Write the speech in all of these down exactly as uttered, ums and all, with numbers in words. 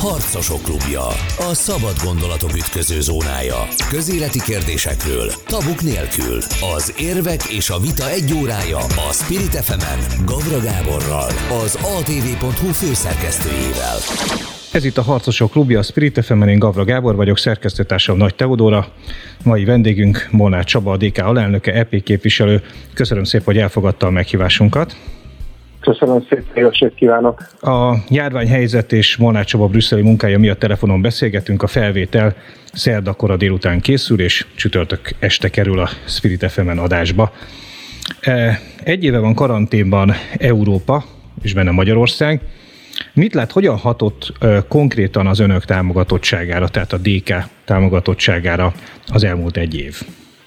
Harcosok klubja. A szabad gondolatok ütköző zónája. Közéleti kérdésekről, tabuk nélkül. Az érvek és a vita egy órája a Spirit ef emen Gavra Gáborral, az á té vé pont hú főszerkesztőjével. Ez itt a Harcosok klubja, a Spirit ef emen, én Gavra Gábor vagyok, szerkesztőtársam Nagy Teodóra. Mai vendégünk Molnár Csaba, a dé ká alelnöke, é pé képviselő. Köszönöm szépen, hogy elfogadta a meghívásunkat. Köszönöm szépen, jó estét kívánok! A járványhelyzet és Molnár Csaba brüsszeli munkája miatt telefonon beszélgetünk. A felvétel szerda kora délután készül, és csütörtök este kerül a Spirit ef emen adásba. Egy éve van karanténban Európa, és benne Magyarország. Mit lát, hogyan hatott konkrétan az önök támogatottságára, tehát a dé ká támogatottságára az elmúlt egy év?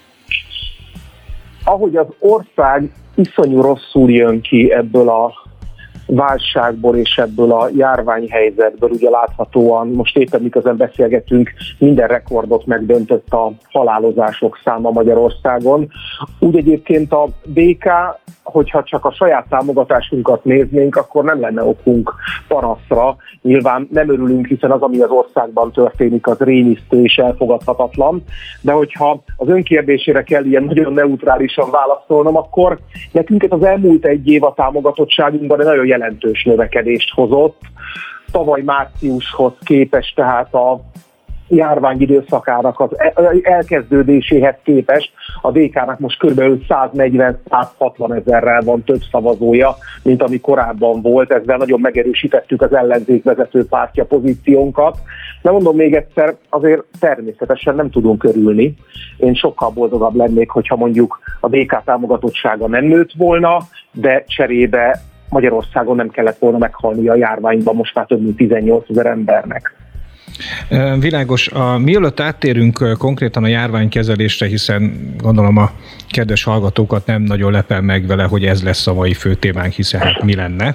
Ahogy az ország iszonyú rosszul jön ki ebből a válságból és ebből a járványhelyzetből, ugye láthatóan most éppen miközben beszélgetünk, minden rekordot megdöntött a halálozások száma Magyarországon. Úgy egyébként a dé ká, hogyha csak a saját támogatásunkat néznénk, akkor nem lenne okunk panaszra. Nyilván nem örülünk, hiszen az, ami az országban történik, az rémisztő és elfogadhatatlan, de hogyha az önkérdésére kell ilyen nagyon neutrálisan válaszolnom, akkor nekünk ez az elmúlt egy év a támogatottságunkban egy nagyon jelentős növekedést hozott. Tavaly márciushoz képest, tehát a járvány időszakának az elkezdődéséhez képest a dé kának most kb. száznegyven-százhatvan ezerrel van több szavazója, mint ami korábban volt. Ezzel nagyon megerősítettük az ellenzék vezető pártja pozíciónkat. De mondom még egyszer, azért természetesen nem tudunk örülni. Én sokkal boldogabb lennék, hogyha mondjuk a dé ká támogatottsága nem nőtt volna, de cserébe Magyarországon nem kellett volna meghalni a járványban most már több mint tizennyolcezer embernek. Világos. A, mielőtt áttérünk konkrétan a járványkezelésre, hiszen gondolom a kedves hallgatókat nem nagyon lepel meg vele, hogy ez lesz a mai fő témánk, hiszen hát mi lenne.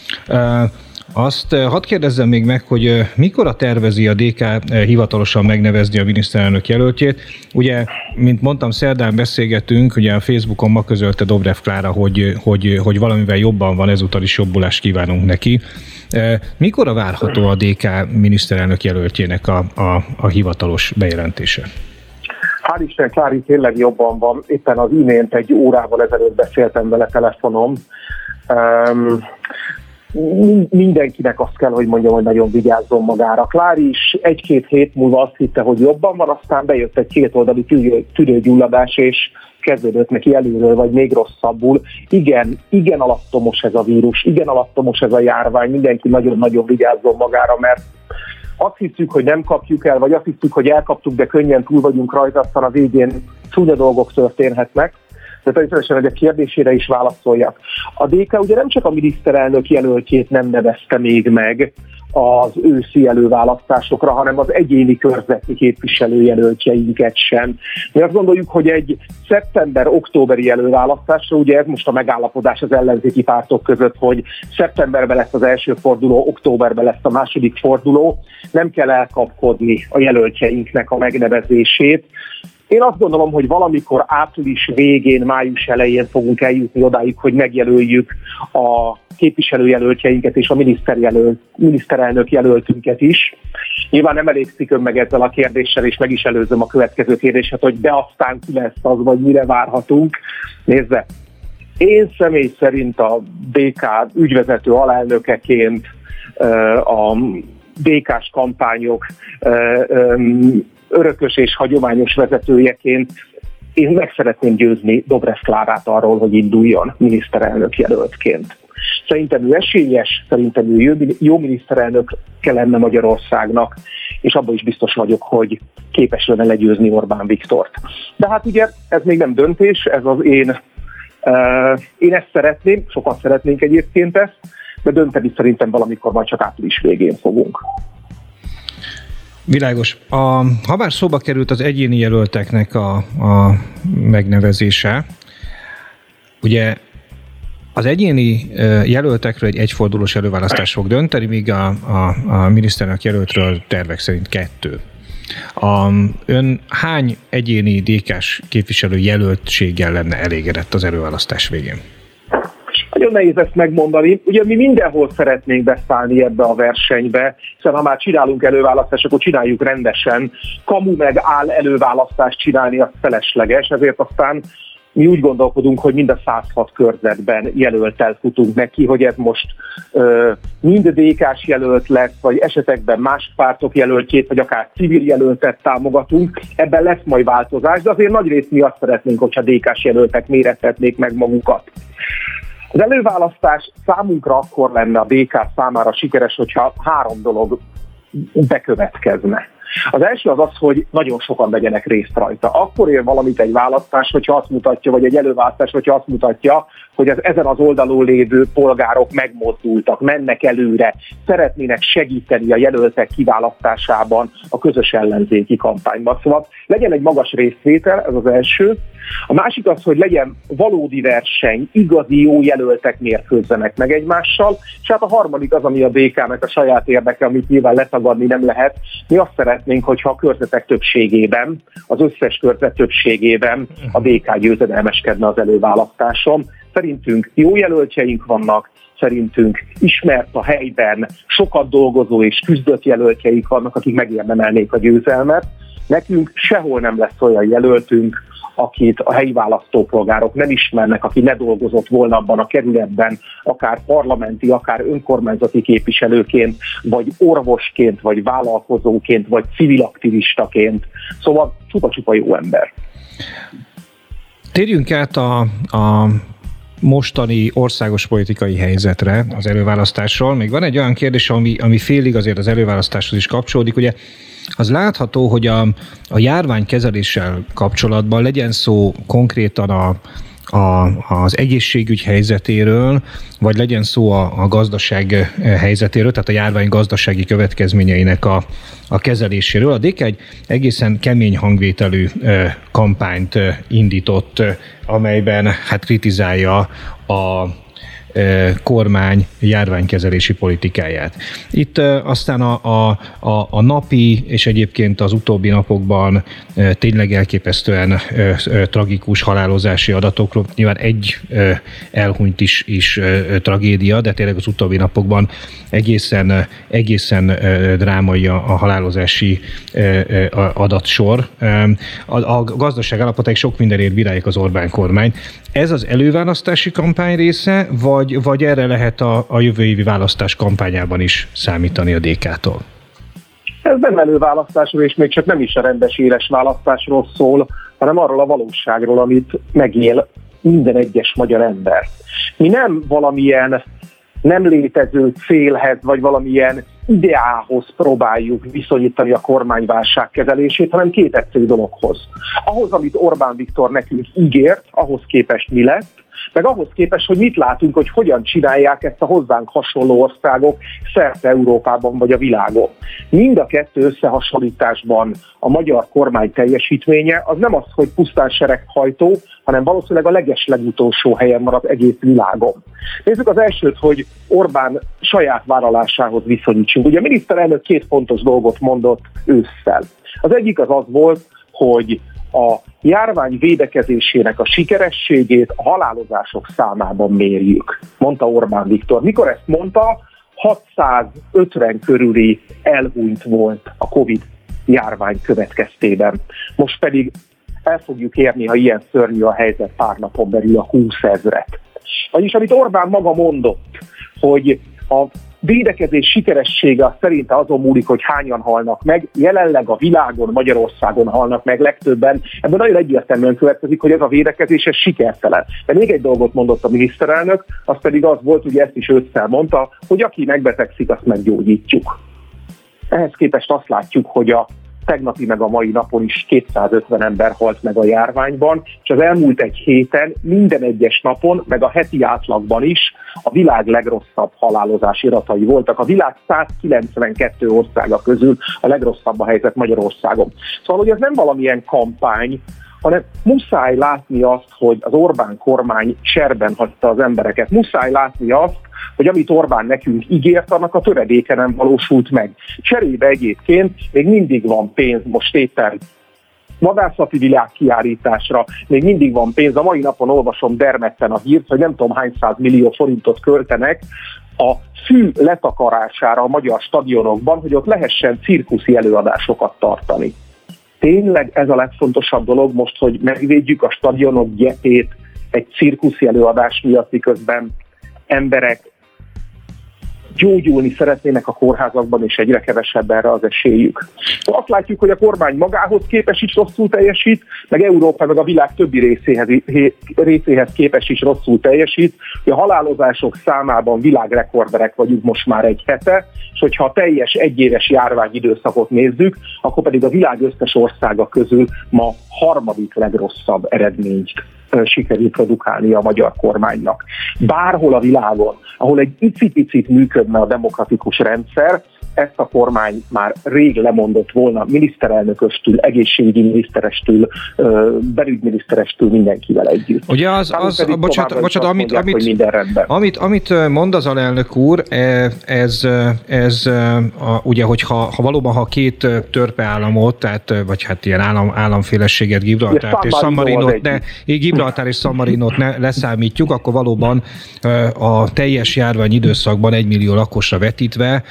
Azt hadd kérdezzem még meg, hogy mikor tervezi a dé ká hivatalosan megnevezni a miniszterelnök jelöltjét. Ugye, mint mondtam, szerdán beszélgetünk, ugye a Facebookon ma közölte Dobrev Klára, hogy, hogy, hogy valamivel jobban van, ezúttal is jobbulást kívánunk neki. Mikor várható a dé ká miniszterelnök jelöltjének a, a, a hivatalos bejelentése? Hál' Isten, Klári tényleg jobban van. Éppen az imént egy órával ezelőtt beszéltem vele telefonon. Um, mindenkinek azt kell, hogy mondjam, hogy nagyon vigyázzon magára. Klári is egy-két hét múlva azt hitte, hogy jobban van, aztán bejött egy kétoldali tüdőgyulladás, és kezdődött neki előről, vagy még rosszabbul. Igen, igen alattomos ez a vírus, igen alattomos ez a járvány, mindenki nagyon-nagyon vigyázzon magára, mert azt hiszük, hogy nem kapjuk el, vagy azt hiszük, hogy elkaptuk, de könnyen túl vagyunk rajta, aztán a végén csúnya dolgok történhetnek. De természetesen, hogy a kérdésére is válaszoljak. A dé ká ugye nem csak a miniszterelnök jelöltjét nem nevezte még meg az őszi előválasztásokra, hanem az egyéni körzeti képviselőjelöltjeinket sem. Mi azt gondoljuk, hogy egy szeptember-októberi előválasztásra, ugye ez most a megállapodás az ellenzéki pártok között, hogy szeptemberben lesz az első forduló, októberben lesz a második forduló, nem kell elkapkodni a jelöltjeinknek a megnevezését. Én azt gondolom, hogy valamikor április végén, május elején fogunk eljutni odáig, hogy megjelöljük a képviselőjelöltjeinket és a miniszterelnök jelöltünket is. Nyilván nem elégszik ön meg ezzel a kérdéssel, és meg is előzöm a következő kérdéset, hogy de aztán ki lesz az, vagy mire várhatunk. Nézze, én személy szerint a dé ká ügyvezető alelnökeként a dé ká-s kampányok örökös és hagyományos vezetőjeként én meg szeretném győzni Dobrev Klárát arról, hogy induljon miniszterelnök jelöltként. Szerintem ő esélyes, szerintem ő jó, jó miniszterelnök kell lenne Magyarországnak, és abban is biztos vagyok, hogy képes lenne legyőzni Orbán Viktort. De hát ugye ez még nem döntés, ez az én, uh, én ezt szeretném, sokat szeretnénk egyébként ezt, de dönteni szerintem valamikor majd csak április végén fogunk. Világos. A, ha már szóba került az egyéni jelölteknek a, a megnevezése, ugye az egyéni jelöltekről egy egyfordulós előválasztás fog dönteni, míg a, a, a miniszterelnök jelöltről tervek szerint kettő. A, ön hány egyéni dé ká-s képviselő jelöltséggel lenne elégedett az előválasztás végén? Nagyon nehéz ezt megmondani. Ugye mi mindenhol szeretnénk beszállni ebbe a versenybe, hiszen ha már csinálunk előválasztást, akkor csináljuk rendesen. Kamu meg áll előválasztást csinálni, az felesleges, ezért aztán mi úgy gondolkodunk, hogy mind a száz hat körzetben jelölttel futunk neki, hogy ez most ö, mind dé ká-s jelölt lesz, vagy esetekben más pártok jelöltjét, vagy akár civil jelöltet támogatunk. Ebben lesz majd változás, de azért nagyrészt mi azt szeretnénk, hogyha dé ká-s jelöltek mérethetnék meg magukat. Az előválasztás számunkra akkor lenne a dé ká számára sikeres, hogyha három dolog bekövetkezne. Az első az az, hogy nagyon sokan vegyenek részt rajta. Akkor ér valamit egy választás, hogyha azt mutatja, vagy egy előválasztás, hogyha azt mutatja, hogy az ezen az oldalon lévő polgárok megmozdultak, mennek előre, szeretnének segíteni a jelöltek kiválasztásában, a közös ellenzéki kampányban. Szóval legyen egy magas részvétel, ez az első. A másik az, hogy legyen valódi verseny, igazi jó jelöltek mérkőzzenek meg egymással, és hát a harmadik az, ami a dé ká-nek a saját érdeke, amit nyilván letagadni nem lehet. Mi azt szeretnénk, hogyha a körzetek többségében, az összes körzet többségében a dé ká győzedelmeskedne az előválasztáson. Szerintünk jó jelöltjeink vannak, szerintünk ismert a helyben, sokat dolgozó és küzdött jelöltjeink vannak, akik megérdemelnék a győzelmet. Nekünk sehol nem lesz olyan jelöltünk, akit a helyi választópolgárok nem ismernek, aki ne dolgozott volna abban a kerületben, akár parlamenti, akár önkormányzati képviselőként, vagy orvosként, vagy vállalkozóként, vagy civil aktivistaként. Szóval csupa-csupa jó ember. Térjünk át a, a mostani országos politikai helyzetre az előválasztásról. Még van egy olyan kérdés, ami, ami félig azért az előválasztáshoz is kapcsolódik. Ugye az látható, hogy a, a járványkezeléssel kapcsolatban legyen szó konkrétan a, a, az egészségügy helyzetéről, vagy legyen szó a, a gazdaság helyzetéről, tehát a járvány gazdasági következményeinek a, a kezeléséről. A dé ká egy egészen kemény hangvételű kampányt indított, amelyben hát kritizálja a kormány járványkezelési politikáját. Itt aztán a, a, a, a napi és egyébként az utóbbi napokban tényleg elképesztően tragikus halálozási adatokról, nyilván egy elhunyt is, is tragédia, de tényleg az utóbbi napokban egészen, egészen drámai a halálozási adatsor. A, a gazdaság állapotáig sok mindenért bírálják az Orbán kormány. Ez az előválasztási kampány része, vagy, vagy erre lehet a, a jövő évi választás kampányában is számítani a dé ká-tól? Ez nem előválasztásról, és még csak nem is a rendes éles választásról szól, hanem arról a valóságról, amit megél minden egyes magyar ember. Mi nem valamilyen nem létező célhez, vagy valamilyen ideához próbáljuk viszonyítani a kormányválság kezelését, hanem két egyszerű dologhoz. Ahhoz, amit Orbán Viktor nekünk ígért, ahhoz képest mi lett, meg ahhoz képest, hogy mit látunk, hogy hogyan csinálják ezt a hozzánk hasonló országok szerte Európában vagy a világon. Mind a kettő összehasonlításban a magyar kormány teljesítménye az nem az, hogy pusztán sereghajtó, hanem valószínűleg a legeslegutolsó helyen marad egész világon. Nézzük az elsőt, hogy Orbán saját vállalásához viszonyítsunk. Ugye a miniszterelnök két fontos dolgot mondott ősszel. Az egyik az az volt, hogy a járvány védekezésének a sikerességét a halálozások számában mérjük, mondta Orbán Viktor. Mikor ezt mondta, hatszázötven körüli elhunyt volt a Covid járvány következtében. Most pedig el fogjuk érni, ha ilyen szörnyű a helyzet, pár napon belül a húszezret. Vagyis amit Orbán maga mondott, hogy a védekezés sikeressége szerinte azon múlik, hogy hányan halnak meg, jelenleg a világon, Magyarországon halnak meg legtöbben. Ebből nagyon egyértelműen következik, hogy ez a védekezés ez sikertelen. De még egy dolgot mondott a miniszterelnök, az pedig az volt, ugye ezt is ősszel mondta, hogy aki megbetegszik, azt meggyógyítjuk. Ehhez képest azt látjuk, hogy a tegnapi meg a mai napon is kétszázötven ember halt meg a járványban, és az elmúlt egy héten minden egyes napon, meg a heti átlagban is a világ legrosszabb halálozási iratai voltak. A világ százkilencvenkettő országa közül a legrosszabb a helyzet Magyarországon. Szóval, hogy ez nem valamilyen kampány, hanem muszáj látni azt, hogy az Orbán kormány cserben hagyta az embereket. Muszáj látni azt, hogy amit Orbán nekünk ígért, annak a töredéke nem valósult meg. Cserébe egyébként még mindig van pénz, most éppen vadászati világkiállításra még mindig van pénz. A mai napon olvasom dermedten a hírt, hogy nem tudom hány száz millió forintot költenek a fű letakarására a magyar stadionokban, hogy ott lehessen cirkuszi előadásokat tartani. Tényleg ez a legfontosabb dolog most, hogy megvédjük a stadionok gyepét egy cirkuszi előadás miatt, miközben emberek gyógyulni szeretnének a kórházakban, és egyre kevesebb erre az esélyük. Azt látjuk, hogy a kormány magához képest is rosszul teljesít, meg Európa, meg a világ többi részéhez, részéhez képest is rosszul teljesít, hogy a halálozások számában világrekorderek vagyunk most már egy hete, és hogyha a teljes egyéves járványidőszakot nézzük, akkor pedig a világ összes országa közül ma harmadik legrosszabb eredményt sikerült produkálni a magyar kormánynak. Bárhol a világon, ahol egy icipicit működne a demokratikus rendszer, ezt a kormány már rég lemondott volna miniszterelnököstől, egészségügyi miniszterestől, belügyminiszterestől, mindenkivel együtt. Ugye az, az bocsánat, bocsánat amit, mondják, amit, amit, amit mond az alelnök úr, ez, ez a, ugye, hogy ha, ha valóban ha két törpe államot, tehát, vagy hát ilyen állam, államféleséget, Gibraltárt és San Marinót, ne, Gibraltár és San Marinót ne leszámítjuk, akkor valóban a teljes járvány időszakban egy millió lakosra vetítve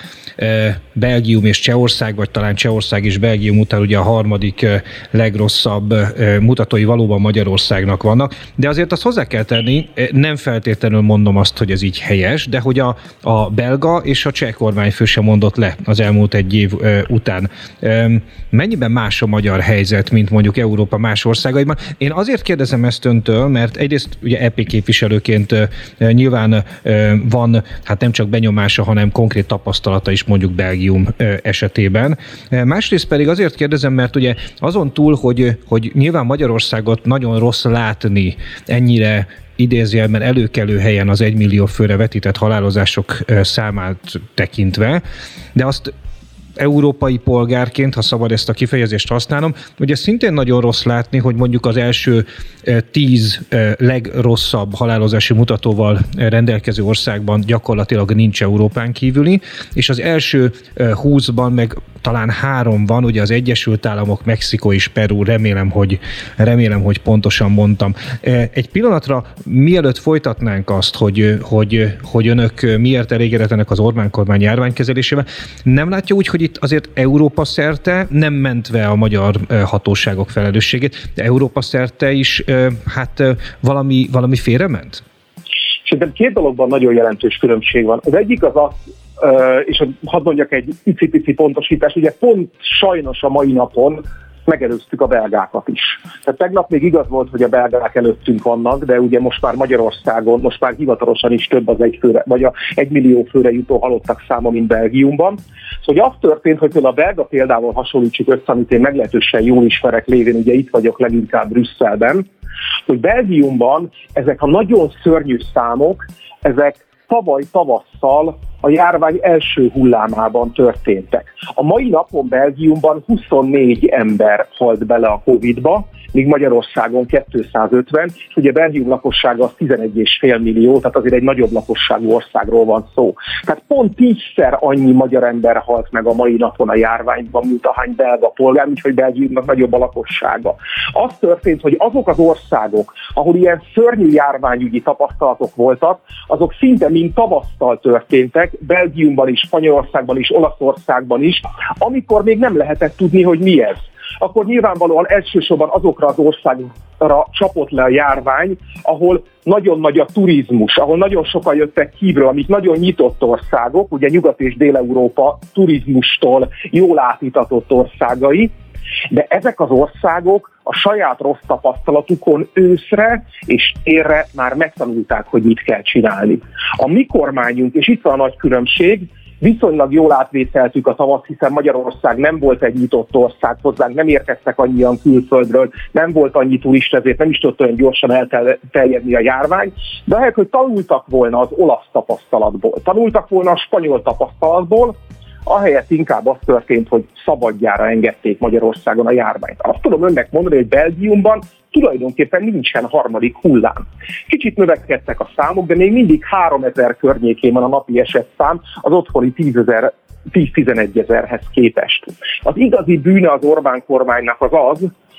Belgium és Csehország, vagy talán Csehország és Belgium után ugye a harmadik legrosszabb mutatói valóban Magyarországnak vannak, de azért azt hozzá kell tenni, nem feltétlenül mondom azt, hogy ez így helyes, de hogy a, a belga és a cseh kormányfő sem mondott le az elmúlt egy év után. Mennyiben más a magyar helyzet, mint mondjuk Európa más országaiban? Én azért kérdezem ezt öntől, mert egyrészt ugye é pé képviselőként nyilván van hát nem csak benyomása, hanem konkrét tapasztalata is mondjuk Belgium esetében. Másrészt pedig azért kérdezem, mert ugye azon túl, hogy, hogy nyilván Magyarországot nagyon rossz látni ennyire idézőjelben előkelő helyen az egymillió főre vetített halálozások számát tekintve, de azt európai polgárként, ha szabad ezt a kifejezést használnom, ugye szintén nagyon rossz látni, hogy mondjuk az első tíz legrosszabb halálozási mutatóval rendelkező országban gyakorlatilag nincs Európán kívüli, és az első húszban meg talán három van, ugye az Egyesült Államok, Mexikó és Peru, remélem, hogy, remélem, hogy pontosan mondtam. Egy pillanatra, mielőtt folytatnánk azt, hogy, hogy, hogy önök miért elégedetlenek az Orbán kormány járványkezelésével, nem látja úgy, hogy itt azért Európa szerte, nem mentve a magyar hatóságok felelősségét, de Európa szerte is hát valami, valami félrement? Szerintem két dologban nagyon jelentős különbség van. Az egyik az az, és hadd mondjak egy icipici pontosítást, ugye pont sajnos a mai napon megelőztük a belgákat is. Tehát tegnap még igaz volt, hogy a belgák előttünk vannak, de ugye most már Magyarországon, most már hivatalosan is több az egy főre, vagy a egy millió főre jutó halottak száma, mint Belgiumban. Szóval az történt, hogy például a belga példával hasonlítsuk össze, amit én meglehetősen jól ismerek, lévén ugye itt vagyok leginkább Brüsszelben, hogy Belgiumban ezek a nagyon szörnyű számok, ezek tavaly tavasszal a járvány első hullámában történtek. A mai napon Belgiumban huszonnégy ember halt bele a Covidba, míg Magyarországon kétszázötven, és ugye Belgium lakossága az tizenegy egész öt millió, tehát azért egy nagyobb lakosságú országról van szó. Tehát pont tízszer annyi magyar ember halt meg a mai napon a járványban, mint ahány belga polgár, úgyhogy Belgiumnak nagyobb a lakossága. Az történt, hogy azok az országok, ahol ilyen szörnyű járványügyi tapasztalatok voltak, azok szinte mind tavasszal történtek, Belgiumban is, Spanyolországban is, Olaszországban is, amikor még nem lehetett tudni, hogy mi ez. Akkor nyilvánvalóan elsősorban azokra az országokra csapott le a járvány, ahol nagyon nagy a turizmus, ahol nagyon sokan jöttek kívülről, amik nagyon nyitott országok, ugye Nyugat- és Dél-Európa turizmustól jól átítatott országai, de ezek az országok a saját rossz tapasztalatukon őszre és térre már megtanulták, hogy mit kell csinálni. A mi kormányunk, és itt van a nagy különbség, viszonylag jól átvészeltük a tavasz, hiszen Magyarország nem volt egy nyitott ország, hozzánk nem érkeztek annyian külföldről, nem volt annyi turista, ezért nem is tudott olyan gyorsan elterjedni a járvány, de ahelyett, hogy tanultak volna az olasz tapasztalatból, tanultak volna a spanyol tapasztalatból, ahelyett inkább az történt, hogy szabadjára engedték Magyarországon a járványt. Azt tudom önnek mondani, hogy Belgiumban tulajdonképpen nincsen harmadik hullám. Kicsit növekedtek a számok, de még mindig háromezer környékén van a napi esetszám az otthoni tíz-tizenegy ezerhez képest. Az igazi bűne az Orbán kormánynak az az,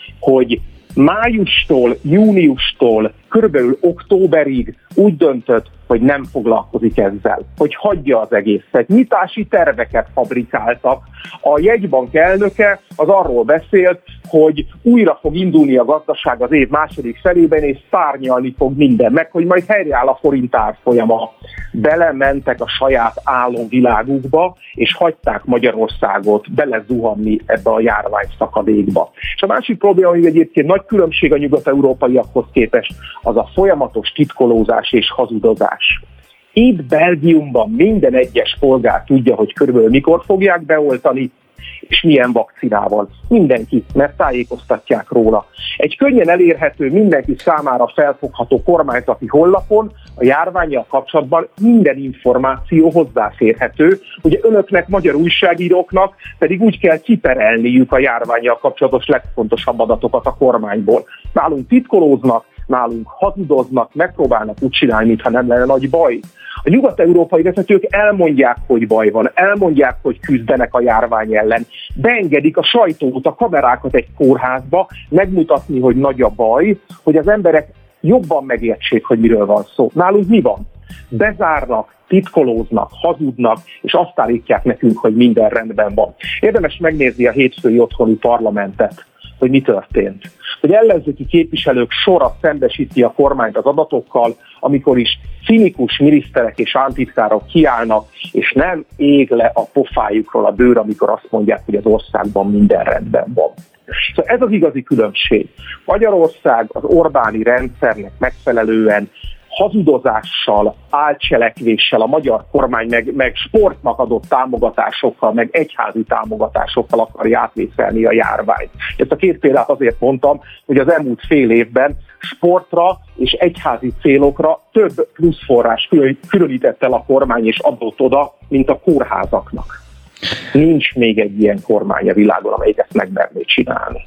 hogy májustól, júniustól körülbelül októberig úgy döntött, hogy nem foglalkozik ezzel, hogy hagyja az egészet. Nyitási terveket fabrikáltak. A jegybank elnöke az arról beszélt, hogy újra fog indulni a gazdaság az év második felében, és szárnyalni fog minden, meg hogy majd helyreáll a forint árfolyama. Belementek a saját álomvilágukba, és hagyták Magyarországot belezuhanni ebbe a járvány szakadékba. És a másik probléma, hogy egyébként nagy különbség a nyugat-európaiakhoz képest, az a folyamatos titkolózás és hazudozás. Itt Belgiumban minden egyes polgár tudja, hogy körülbelül mikor fogják beoltani, és milyen vakcinával. Mindenki, mert tájékoztatják róla. Egy könnyen elérhető, mindenki számára felfogható kormányzati honlapon a járvánnyal kapcsolatban minden információ hozzáférhető. Ugye önöknek, magyar újságíróknak pedig úgy kell kiperelniük a járvánnyal kapcsolatos legfontosabb adatokat a kormányból. Nálunk titkolóznak, nálunk hazudoznak, megpróbálnak úgy csinálni, mintha nem lenne nagy baj. A nyugat-európai vezetők elmondják, hogy baj van, elmondják, hogy küzdenek a járvány ellen, beengedik a sajtót, a kamerákat egy kórházba, megmutatni, hogy nagy a baj, hogy az emberek jobban megértsék, hogy miről van szó. Nálunk mi van? Bezárnak, titkolóznak, hazudnak, és azt állítják nekünk, hogy minden rendben van. Érdemes megnézni a hétfői otthoni parlamentet, hogy mi történt. Hogy ellenzéki képviselők sora szembesíti a kormányt az adatokkal, amikor is cinikus miniszterek és államtitkárok kiállnak, és nem ég le a pofájukról a bőr, amikor azt mondják, hogy az országban minden rendben van. Szóval ez az igazi különbség. Magyarország az Orbáni rendszernek megfelelően hazudozással, álcselekvéssel, a magyar kormány meg, meg sportnak adott támogatásokkal, meg egyházi támogatásokkal akarja átvészelni a járványt. Ezt a két példát azért mondtam, hogy az elmúlt fél évben sportra és egyházi célokra több plusz forrás különített el a kormány és adott oda, mint a kórházaknak. Nincs még egy ilyen kormány a világon, amelyik ezt megmerné csinálni.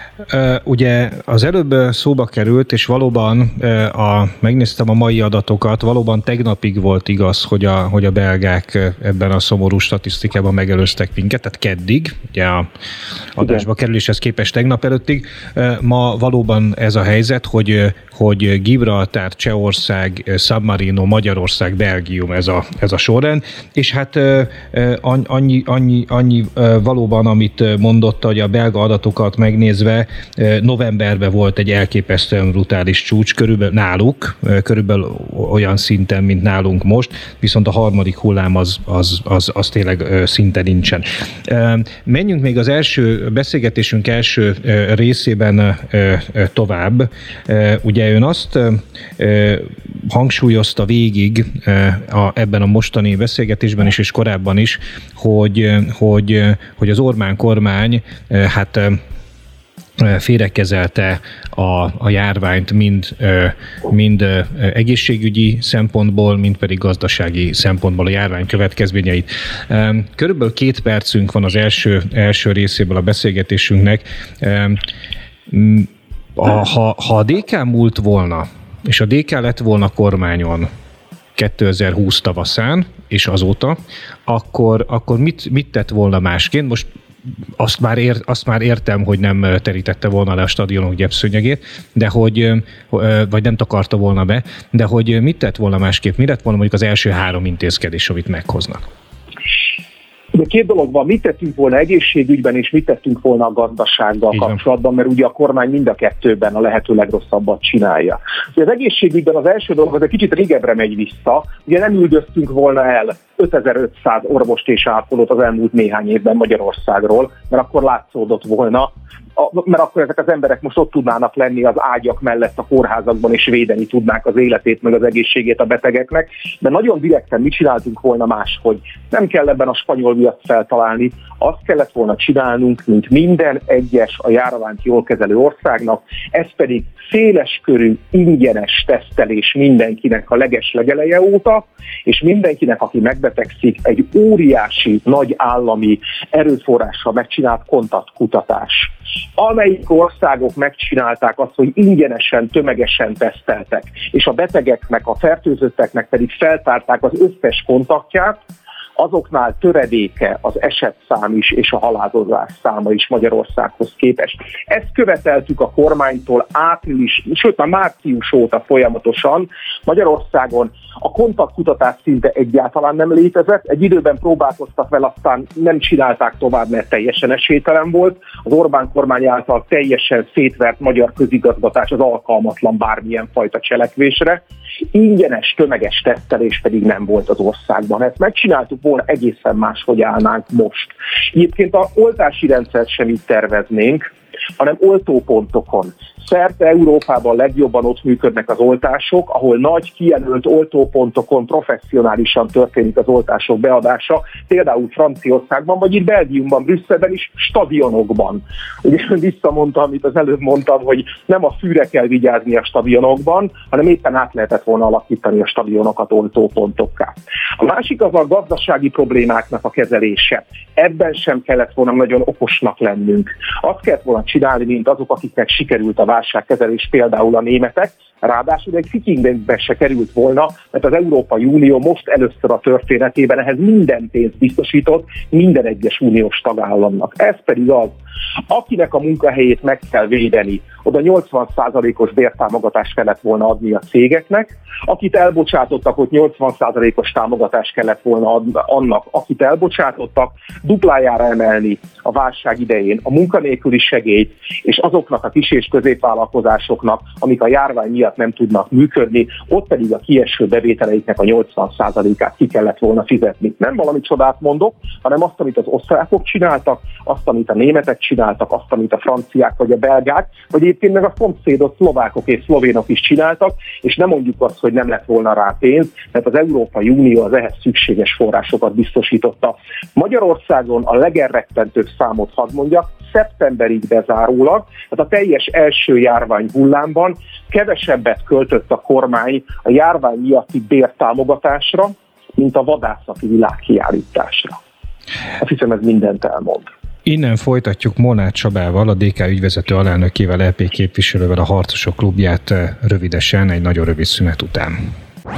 Ugye az előbb szóba került, és valóban a, megnéztem a mai adatokat, valóban tegnapig volt igaz, hogy a, hogy a belgák ebben a szomorú statisztikában megelőztek minket, tehát keddig, ugye a adásba kerüléshez képest tegnap előttig. Ma valóban ez a helyzet, hogy, hogy Gibraltár, Csehország, San Marino, Magyarország, Belgium ez a, ez a sorrend, és hát annyi, annyi, annyi valóban, amit mondott, hogy a belga adatokat megnézve, novemberben volt egy elképesztően brutális csúcs, körülbelül náluk, körülbelül olyan szinten, mint nálunk most, viszont a harmadik hullám az, az, az, az tényleg szinte nincsen. Menjünk még az első beszélgetésünk első részében tovább. Ugye ön azt hangsúlyozta végig a, ebben a mostani beszélgetésben is, és korábban is, hogy, hogy, hogy az Orbán kormány hát félrekezelte a, a járványt mind, mind egészségügyi szempontból, mind pedig gazdasági szempontból a járvány következményeit. Körülbelül két percünk van az első, első részéből a beszélgetésünknek. Ha, ha a dé ká múlt volna, és a dé ká lett volna kormányon kétezer-húsz tavaszán, és azóta, akkor, akkor mit, mit tett volna másként? Most Azt már, ér, azt már értem, hogy nem terítette volna le a stadionok gyepszőnyegét, de hogy, vagy nem takarta volna be, de hogy mit tett volna másképp? Mi lett volna mondjuk az első három intézkedés, amit meghoznak? De két dolog van, mit tettünk volna egészségügyben, és mit tettünk volna a gazdasággal Igen. kapcsolatban, mert ugye a kormány mind a kettőben a lehető legrosszabbat csinálja. Ugye az egészségügyben az első dolog az egy kicsit régebbre megy vissza, ugye nem üldöztünk volna el ötezer-ötszáz orvost és ápolót az elmúlt néhány évben Magyarországról, mert akkor látszódott volna, mert akkor ezek az emberek most ott tudnának lenni az ágyak mellett a kórházakban, és védeni tudnák az életét, meg az egészségét a betegeknek. De nagyon direkten mit csináltunk volna máshogy? Nem kell ebben a spanyol viaszt feltalálni, azt kellett volna csinálnunk, mint minden egyes a járványt jól kezelő országnak, ez pedig széleskörű, ingyenes tesztelés mindenkinek a legeslegeleje óta, és mindenkinek, aki megbetegszik, egy óriási, nagy állami erőforrással megcsinált kontaktkutatás. Amelyik országok megcsinálták azt, hogy ingyenesen, tömegesen teszteltek, és a betegeknek, a fertőzötteknek pedig feltárták az összes kontaktját, azoknál töredéke az esetszám is és a halálozás száma is Magyarországhoz képest. Ezt követeltük a kormánytól április, sőt már március óta folyamatosan. Magyarországon a kontaktkutatás szinte egyáltalán nem létezett, egy időben próbálkoztak vele, aztán nem csinálták tovább, mert teljesen esélytelen volt. Az Orbán kormány által teljesen szétvert magyar közigazgatás az alkalmatlan bármilyen fajta cselekvésre. Ingyenes, tömeges tesztelés pedig nem volt az országban. Ezt megcsináltuk volna, egészen máshogy állnánk most. Egyébként az oltási rendszert sem így terveznénk, hanem oltópontokon. Szerte Európában legjobban ott működnek az oltások, ahol nagy kijelölt oltópontokon professzionálisan történik az oltások beadása, például Franciaországban, vagy itt Belgiumban, Brüsszelben is, stadionokban. Ugye visszamondtam, amit az előbb mondtam, hogy nem a fűre kell vigyázni a stadionokban, hanem éppen át lehetett volna alakítani a stadionokat oltópontokká. A másik az a gazdasági problémáknak a kezelése. Ebben sem kellett volna nagyon okosnak lennünk. Azt kellett volna csinálni, mint azok, akiknek sikerült a válságkezelés, például a németek, ráadásul egy fikingbe se került volna, mert az Európai Unió most először a történetében ehhez minden pénzt biztosított minden egyes uniós tagállamnak. Ez pedig az, akinek a munkahelyét meg kell védeni, oda nyolcvan százalékos bértámogatást kellett volna adni a cégeknek, akit elbocsátottak, hogy nyolcvan százalékos támogatást kellett volna adni annak, akit elbocsátottak, duplájára emelni a válság idején a munkanélküli segélyt, és azoknak a kis- és középvállalkozásoknak, amik a járvány miatt nem tudnak működni, ott pedig a kieső bevételeiknek a nyolcvan százalékát ki kellett volna fizetni. Nem valami csodát mondok, hanem azt, amit az osztrákok csináltak, azt, amit a németek csináltak, azt, amit a franciák vagy a belgák, vagy egyébként meg a szomszédos szlovákok és szlovénok is csináltak, és nem mondjuk azt, hogy nem lett volna rá pénz, mert az Európai Unió az ehhez szükséges forrásokat biztosította. Magyarországon a legerrettentőbb számot hadd mondjak, szeptemberig bezárólag, tehát a teljes első járvány hullámban kevesebbet költött a kormány a járvány miatti bértámogatásra, mint a vadászati világkiállításra. Azt hiszem, ez mindent elmond. Innen folytatjuk Molnár Csabával, a dé ká ügyvezető alelnökével, é pé képviselővel a Harcosok klubját rövidesen, egy nagyon rövid szünet után.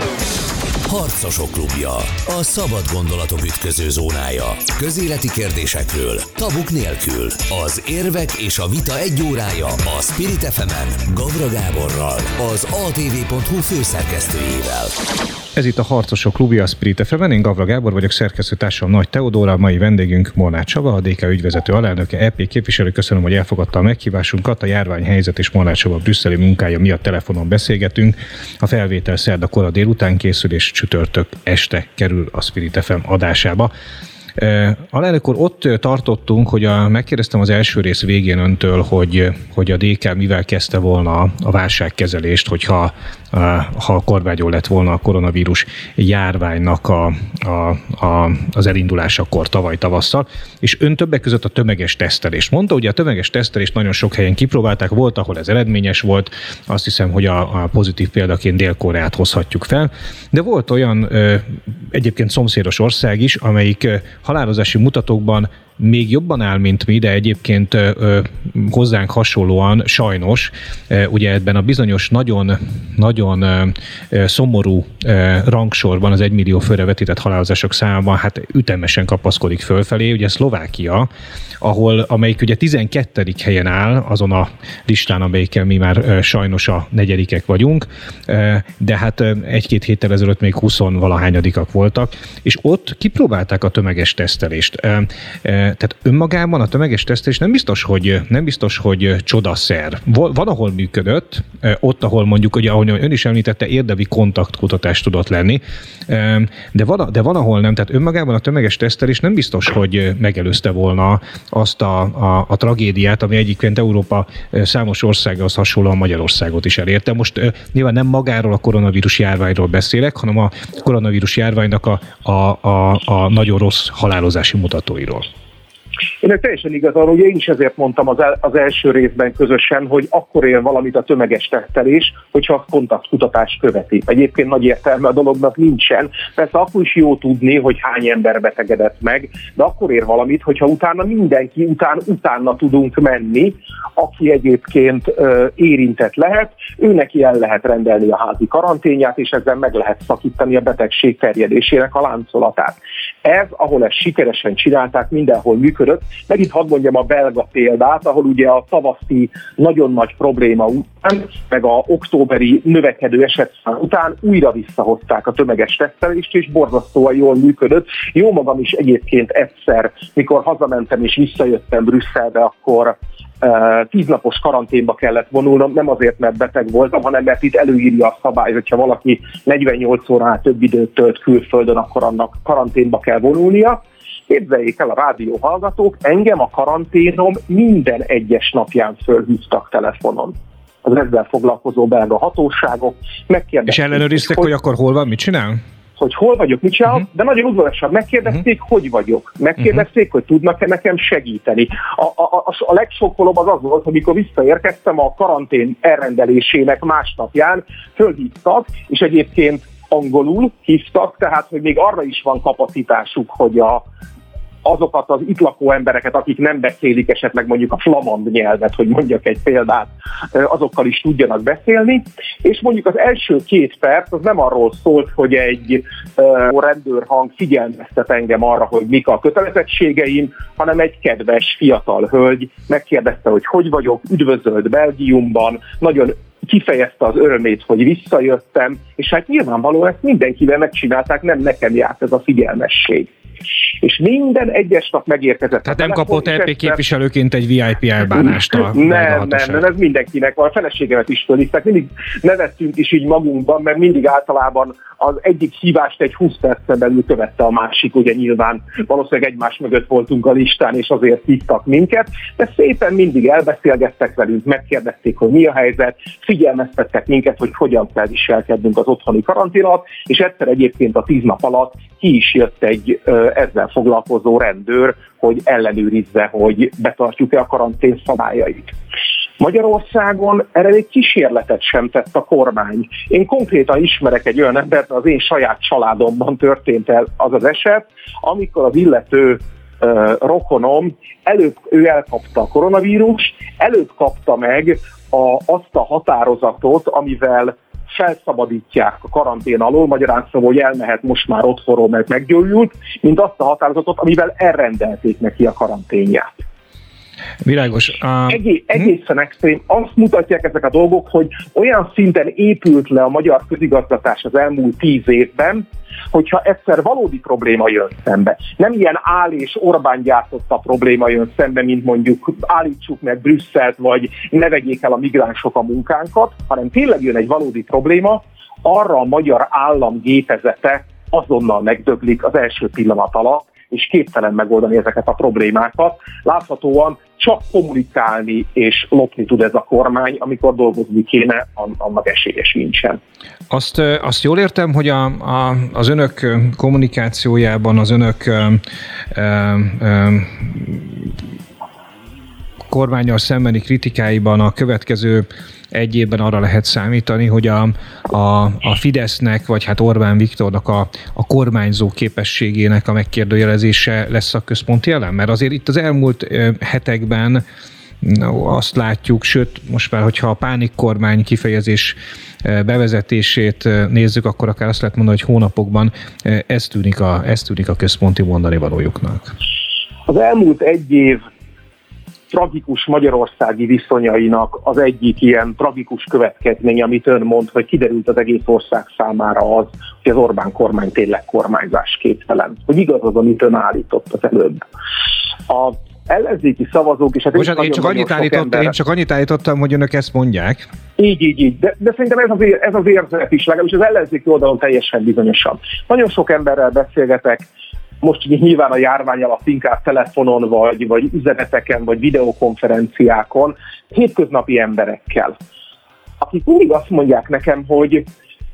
Harcosok klubja, a szabad gondolatok ütköző zónája. Közéleti kérdésekről, tabuk nélkül. Az érvek és a vita egy órája a Spirit ef emen Gavra Gáborral, az á té vé pont hú főszerkesztőjével. Ez itt a Harcosok klubja, a Spirit ef emen, én Gavra Gábor vagyok, szerkesztőtársam Nagy Teodóra, a mai vendégünk Molnár Csaba, a dé ká ügyvezető alelnöke, é pé képviselő. Köszönöm, hogy elfogadta a meghívásunkat. A járványhelyzet és Molnár Csaba brüsszeli munkája miatt telefonon beszélgetünk. A felvétel szerda kora délután készül, és csütörtök este kerül a Spirit ef em adásába. Alelnök úr, ott tartottunk, hogy a, megkérdeztem az első rész végén öntől, hogy, hogy a dé ká mivel kezdte volna a válságkezelést, hogyha ha kormányon lett volna a koronavírus járványnak a, a, a, az elindulásakor tavaly tavasszal, és ön többek között a tömeges tesztelést mondta. Ugye a tömeges tesztelést nagyon sok helyen kipróbálták, volt, ahol ez eredményes volt, azt hiszem, hogy a, a pozitív példaként Dél-Koreát hozhatjuk fel, de volt olyan egyébként szomszédos ország is, amelyik halálozási mutatókban még jobban áll, mint mi, de egyébként ö, hozzánk hasonlóan sajnos, ö, ugye ebben a bizonyos nagyon, nagyon ö, szomorú ö, rangsorban az egymillió főre vetített halálozások számában hát ütemesen kapaszkodik fölfelé. Ugye Szlovákia, ahol, amelyik ugye tizenkettedik helyen áll azon a listán, amelyikkel mi már ö, sajnos a negyedikek vagyunk, ö, de hát ö, egy-két héttel ezelőtt még huszonvalahányadikak voltak, és ott kipróbálták a tömeges tesztelést. Ö, ö, Tehát önmagában a tömeges tesztelés nem biztos, hogy, nem biztos, hogy csodaszer. Van, ahol működött, ott, ahol mondjuk, ugye, ahogy ön is említette, érdemi kontaktkutatás tudott lenni, de van, de van, ahol nem. Tehát önmagában a tömeges tesztelés nem biztos, hogy megelőzte volna azt a, a, a tragédiát, ami egyébként Európa számos országához hasonlóan Magyarországot is elérte. Most nyilván nem magáról a koronavírus járványról beszélek, hanem a koronavírus járványnak a, a, a, a nagyon rossz halálozási mutatóiról. Önnek teljesen igazán, ugye én is ezért mondtam az, el, az első részben közösen, hogy akkor ér valamit a tömeges tesztelés, hogyha a kontaktkutatás követi. Egyébként nagy értelme a dolognak nincsen. Persze akkor is jó tudni, hogy hány ember betegedett meg, de akkor ér valamit, hogyha utána mindenki után utána tudunk menni, aki egyébként ö, érintett lehet, ő neki el lehet rendelni a házi karanténját, és ezzel meg lehet szakítani a betegség terjedésének a láncolatát. Ez, ahol ezt sikeresen csinálták, mindenhol működött. Megint hadd mondjam a belga példát, ahol ugye a tavaszi nagyon nagy probléma után, meg a októberi növekedő esetszám után újra visszahozták a tömeges tesztelést, és borzasztóan jól működött. Jó magam is egyébként egyszer, mikor hazamentem és visszajöttem Brüsszelbe, akkor tíznapos karanténba kellett vonulnom, nem azért, mert beteg voltam, hanem mert itt előírja a szabály, hogyha valaki negyvennyolc óránál több időt tölt külföldön, akkor annak karanténba kell vonulnia. Képzeljék el a rádió hallgatók, engem a karanténom minden egyes napján fölhívtak telefonon. Az ezzel foglalkozó belga hatóságok megkérdezték. És ellenőriztek, hogy, hogy akkor hol van, mit csinál? Hogy hol vagyok, mit csinálok, uh-huh. de nagyon udvariasan megkérdezték, uh-huh. hogy vagyok. Megkérdezték, uh-huh. hogy tudnak-e nekem segíteni. A, a, a, a legsokkolóbb az az volt, hogy amikor visszaérkeztem a karantén elrendelésének másnapján, fölhívtak, és egyébként angolul hívtak, tehát hogy még arra is van kapacitásuk, hogy a azokat az itt lakó embereket, akik nem beszélik esetleg mondjuk a flamand nyelvet, hogy mondjak egy példát, azokkal is tudjanak beszélni, és mondjuk az első két perc az nem arról szólt, hogy egy uh, rendőrhang figyelmeztet engem arra, hogy mik a kötelezettségeim, hanem egy kedves fiatal hölgy megkérdezte, hogy hogy vagyok, üdvözölt Belgiumban, nagyon kifejezte az örömét, hogy visszajöttem, és hát nyilvánvalóan ezt mindenkivel megcsinálták, nem nekem járt ez a figyelmesség. És minden egyes nap megérkezett. Tehát nem kapott é pé képviselőként egy vé i pé elbánást a Nem, nem, nem, ez mindenkinek van. A feleségemet is fölhívták. Mindig nevettünk is így magunkban, mert mindig általában az egyik hívást egy húsz percen belül követte a másik, ugye nyilván valószínűleg egymás mögött voltunk a listán, és azért hívtak minket, de szépen mindig elbeszélgettek velünk, megkérdezték, hogy mi a helyzet, figyelmeztettek minket, hogy hogyan kell viselkednünk az otthoni karantén alatt, és egyszer egyébként a tíz nap alatt ki is jött egy ö, ezzel foglalkozó rendőr, hogy ellenőrizze, hogy betartjuk-e a karantén szabályait. Magyarországon erre egy kísérletet sem tett a kormány. Én konkrétan ismerek egy olyan embert, az én saját családomban történt el az az eset, amikor az illető uh, rokonom, előbb ő elkapta a koronavírust, előbb kapta meg a, azt a határozatot, amivel felszabadítják a karantén alól, magyarán szóval, hogy elmehet most már otthonról, mert meggyógyult, mint azt a határozatot, amivel elrendelték neki a karanténját. Világos. Uh, Egé- egészen hm? extrém. Azt mutatják ezek a dolgok, hogy olyan szinten épült le a magyar közigazgatás az elmúlt tíz évben, hogyha egyszer valódi probléma jön szembe. Nem ilyen Áll és Orbán gyártotta probléma jön szembe, mint mondjuk állítsuk meg Brüsszelt, vagy ne vegyék el a migránsok a munkánkat, hanem tényleg jön egy valódi probléma, arra a magyar állam gépezete azonnal megdöglik az első pillanat alatt, és képtelen megoldani ezeket a problémákat. Láthatóan csak kommunikálni és lopni tud ez a kormány, amikor dolgozni kéne, annak esélyes nincsen. Azt, azt jól értem, hogy a, a, az önök kommunikációjában, az önök ö, ö, ö, kormánnyal szembeni kritikáiban a következő egy évben arra lehet számítani, hogy a, a, a Fidesznek, vagy hát Orbán Viktornak a, a kormányzó képességének a megkérdőjelezése lesz a központi elem? Mert azért itt az elmúlt hetekben azt látjuk, sőt, most már, hogyha a pánikkormány kifejezés bevezetését nézzük, akkor akár azt lehet mondani, hogy hónapokban ez tűnik a, ez tűnik a központi mondani valójuknak. Az elmúlt egy év tragikus magyarországi viszonyainak az egyik ilyen tragikus következmény, amit ön mond, hogy kiderült az egész ország számára az, hogy az Orbán kormány tényleg kormányzásképtelen. Hogy igaz az, amit ön állított az előbb. A ellenzéki szavazók is... Hát Bocsánat, én, csak annyit állított, ember... én csak annyit állítottam, hogy önök ezt mondják. Így, így, így. De, de szerintem ez az, ez az érzet is, legalábbis az ellenzéki oldalon teljesen bizonyosan. Nagyon sok emberrel beszélgetek, most nyilván a járvány alatt inkább telefonon, vagy, vagy üzeneteken, vagy videokonferenciákon, hétköznapi emberekkel, akik mindig azt mondják nekem, hogy ők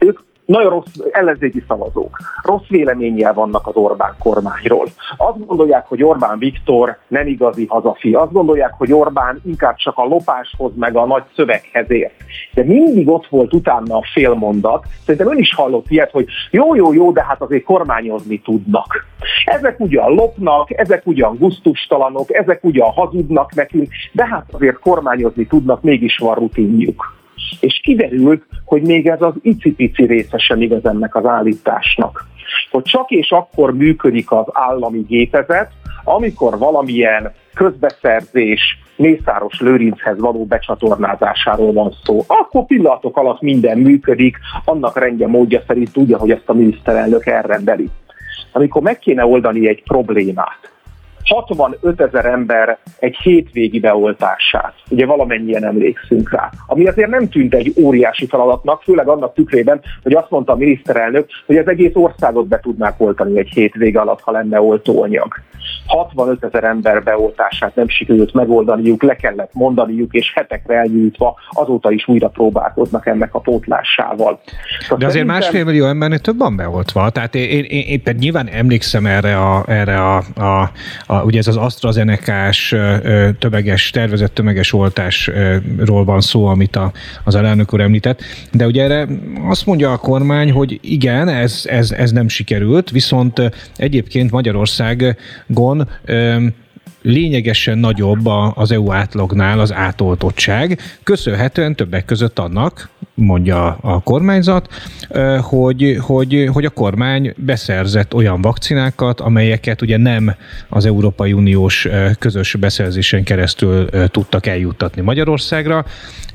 nagyon rossz ellenzéki szavazók, rossz véleménnyel vannak az Orbán kormányról. Azt gondolják, hogy Orbán Viktor nem igazi hazafi. Azt gondolják, hogy Orbán inkább csak a lopáshoz meg a nagy szöveghez ért. De mindig ott volt utána a félmondat. Szerintem ön is hallott ilyet, hogy jó, jó, jó, de hát azért kormányozni tudnak. Ezek ugyan lopnak, ezek ugyan gusztustalanok, ezek ugyan hazudnak nekünk, de hát azért kormányozni tudnak, mégis van rutinjuk. És kiderült, hogy még ez az icipici része sem igaz ennek az állításnak. Hogy csak és akkor működik az állami gépezet, amikor valamilyen közbeszerzés Mészáros Lőrinchez való becsatornázásáról van szó. Akkor pillanatok alatt minden működik, annak rendje módja szerint tudja, hogy ezt a miniszterelnök elrendeli. Amikor meg kéne oldani egy problémát, hatvanöt ezer ember egy hétvégi beoltását, ugye valamennyien emlékszünk rá, ami azért nem tűnt egy óriási feladatnak, főleg annak tükrében, hogy azt mondta a miniszterelnök, hogy az egész országot be tudnák oltani egy hétvége alatt, ha lenne oltóanyag. hatvanöt ezer ember beoltását nem sikerült megoldaniuk, le kellett mondaniuk, és hetekre elnyújtva azóta is újra próbálkoznak ennek a pótlásával. Szóval de azért szerintem... másfél millió embernek több van beoltva, tehát én, én, én éppen nyilván emlékszem erre a, erre a, a, a ugye ez az AstraZeneca-s tömeges, tervezett tömeges oltásról van szó, amit a, az elnök úr említett, de ugye erre azt mondja a kormány, hogy igen, ez, ez, ez nem sikerült, viszont egyébként Magyarországon lényegesen nagyobb az é u átlagnál az átoltottság, köszönhetően többek között annak, mondja a kormányzat, hogy, hogy, hogy a kormány beszerzett olyan vakcinákat, amelyeket ugye nem az Európai Uniós közös beszerzésen keresztül tudtak eljuttatni Magyarországra,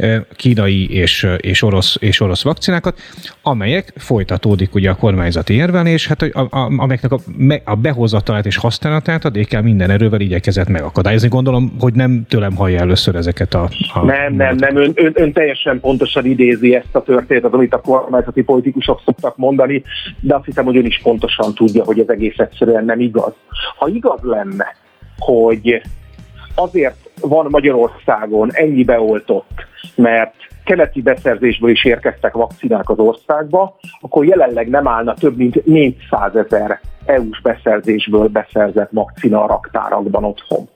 kínai és, és, orosz, és orosz vakcinákat, amelyek folytatódik ugye a kormányzati érvelés, hát a, a, amelyeknek a, a behozatalát és használatát a dé ká minden erővel igyekezett megakadályozni. Gondolom, hogy nem tőlem hallja először ezeket a... a nem, nem, nem, ön, ön, ön teljesen pontosan idézi ezt a történetet, amit a kormányzati politikusok szoktak mondani, de azt hiszem, hogy ön is pontosan tudja, hogy ez egész egyszerűen nem igaz. Ha igaz lenne, hogy azért van Magyarországon ennyi beoltott, mert keleti beszerzésből is érkeztek vakcinák az országba, akkor jelenleg nem állna több mint négyszázezer é u-s beszerzésből beszerzett vakcina a raktárakban otthon.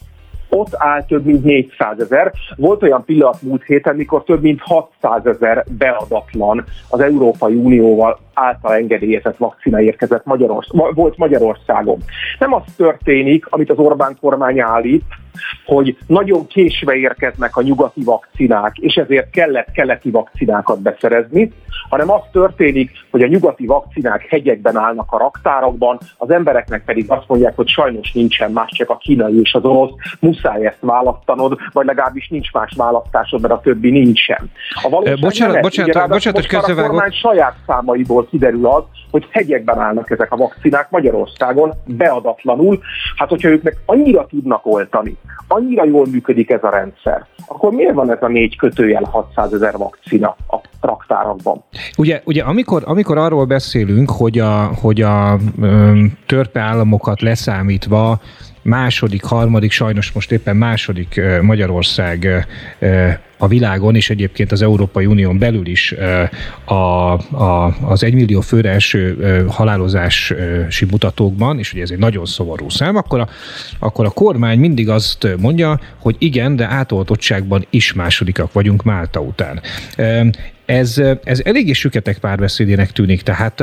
Ott áll több mint négyszázezer. Volt olyan pillanat múlt héten, mikor több mint hatszázezer beadatlan az Európai Unióval által engedélyezett vakcina érkezett Magyarország, volt Magyarországon. Nem az történik, amit az Orbán kormány állít, hogy nagyon késve érkeznek a nyugati vakcinák, és ezért kellett keleti vakcinákat beszerezni, hanem az történik, hogy a nyugati vakcinák hegyekben állnak a raktárakban, az embereknek pedig azt mondják, hogy sajnos nincsen más, csak a kínai és az orosz, muszáj ezt választanod, vagy legalábbis nincs más választásod, mert a többi nincsen. A valóság bocsánat, nem bocsánat, ez. bocsánat, hogy közbevágok. A kormány saját számaiból kiderül az, hogy hegyekben állnak ezek a vakcinák Magyarországon beadatlanul. Hát, hogyha ők meg annyira tudnak oltani, annyira jól működik ez a rendszer, akkor miért van ez a négy kötőjel hatszázezer vakcina a raktárakban? Ugye, ugye amikor, amikor arról beszélünk, hogy a, hogy a ö, törpe államokat leszámítva második, harmadik, sajnos most éppen második Magyarország a világon, és egyébként az Európai Unión belül is a, a, az egymillió főre eső halálozási mutatókban, és ugye ez egy nagyon szomorú szám, akkor a, akkor a kormány mindig azt mondja, hogy igen, de átoltottságban is másodikak vagyunk Málta után. Ez, ez eléggé süketek párbeszédének tűnik, tehát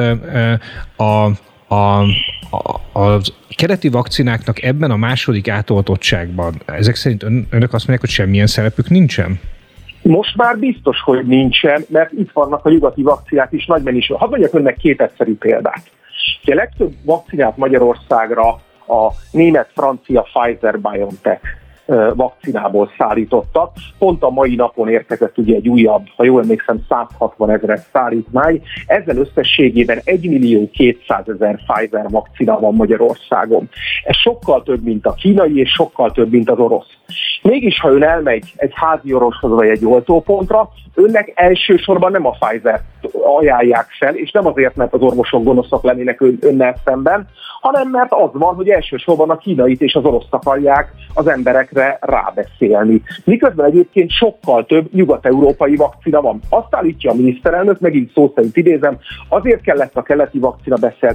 a A, a, a keleti vakcináknak ebben a második átoltottságban, ezek szerint ön, önök azt mondják, hogy semmilyen szerepük nincsen? Most már biztos, hogy nincsen, mert itt vannak a nyugati vakcinák is nagy mennyiségben. Hadd mondjak önnek két egyszerű példát. A legtöbb vakcinát Magyarországra a német-francia Pfizer-BioNTech vakcinából szállítottak. Pont a mai napon érkezett ugye egy újabb, ha jól emlékszem, száz hatvan ezeres szállítmány. Ezzel összességében egymillió-kétszázezer Pfizer vakcina van Magyarországon. Ez sokkal több, mint a kínai, és sokkal több, mint az orosz. Mégis, ha ön elmegy egy házi orvoshoz vagy egy oltópontra, önnek elsősorban nem a Pfizer-t ajánlják fel, és nem azért, mert az orvosok gonoszak lennének ön, önnel szemben, hanem mert az van, hogy elsősorban a kínait és az oroszt akarják az emberekre rábeszélni. Miközben egyébként sokkal több nyugat-európai vakcina van. Azt állítja a miniszterelnök, megint szó szerint idézem, azért kellett a keleti vakcina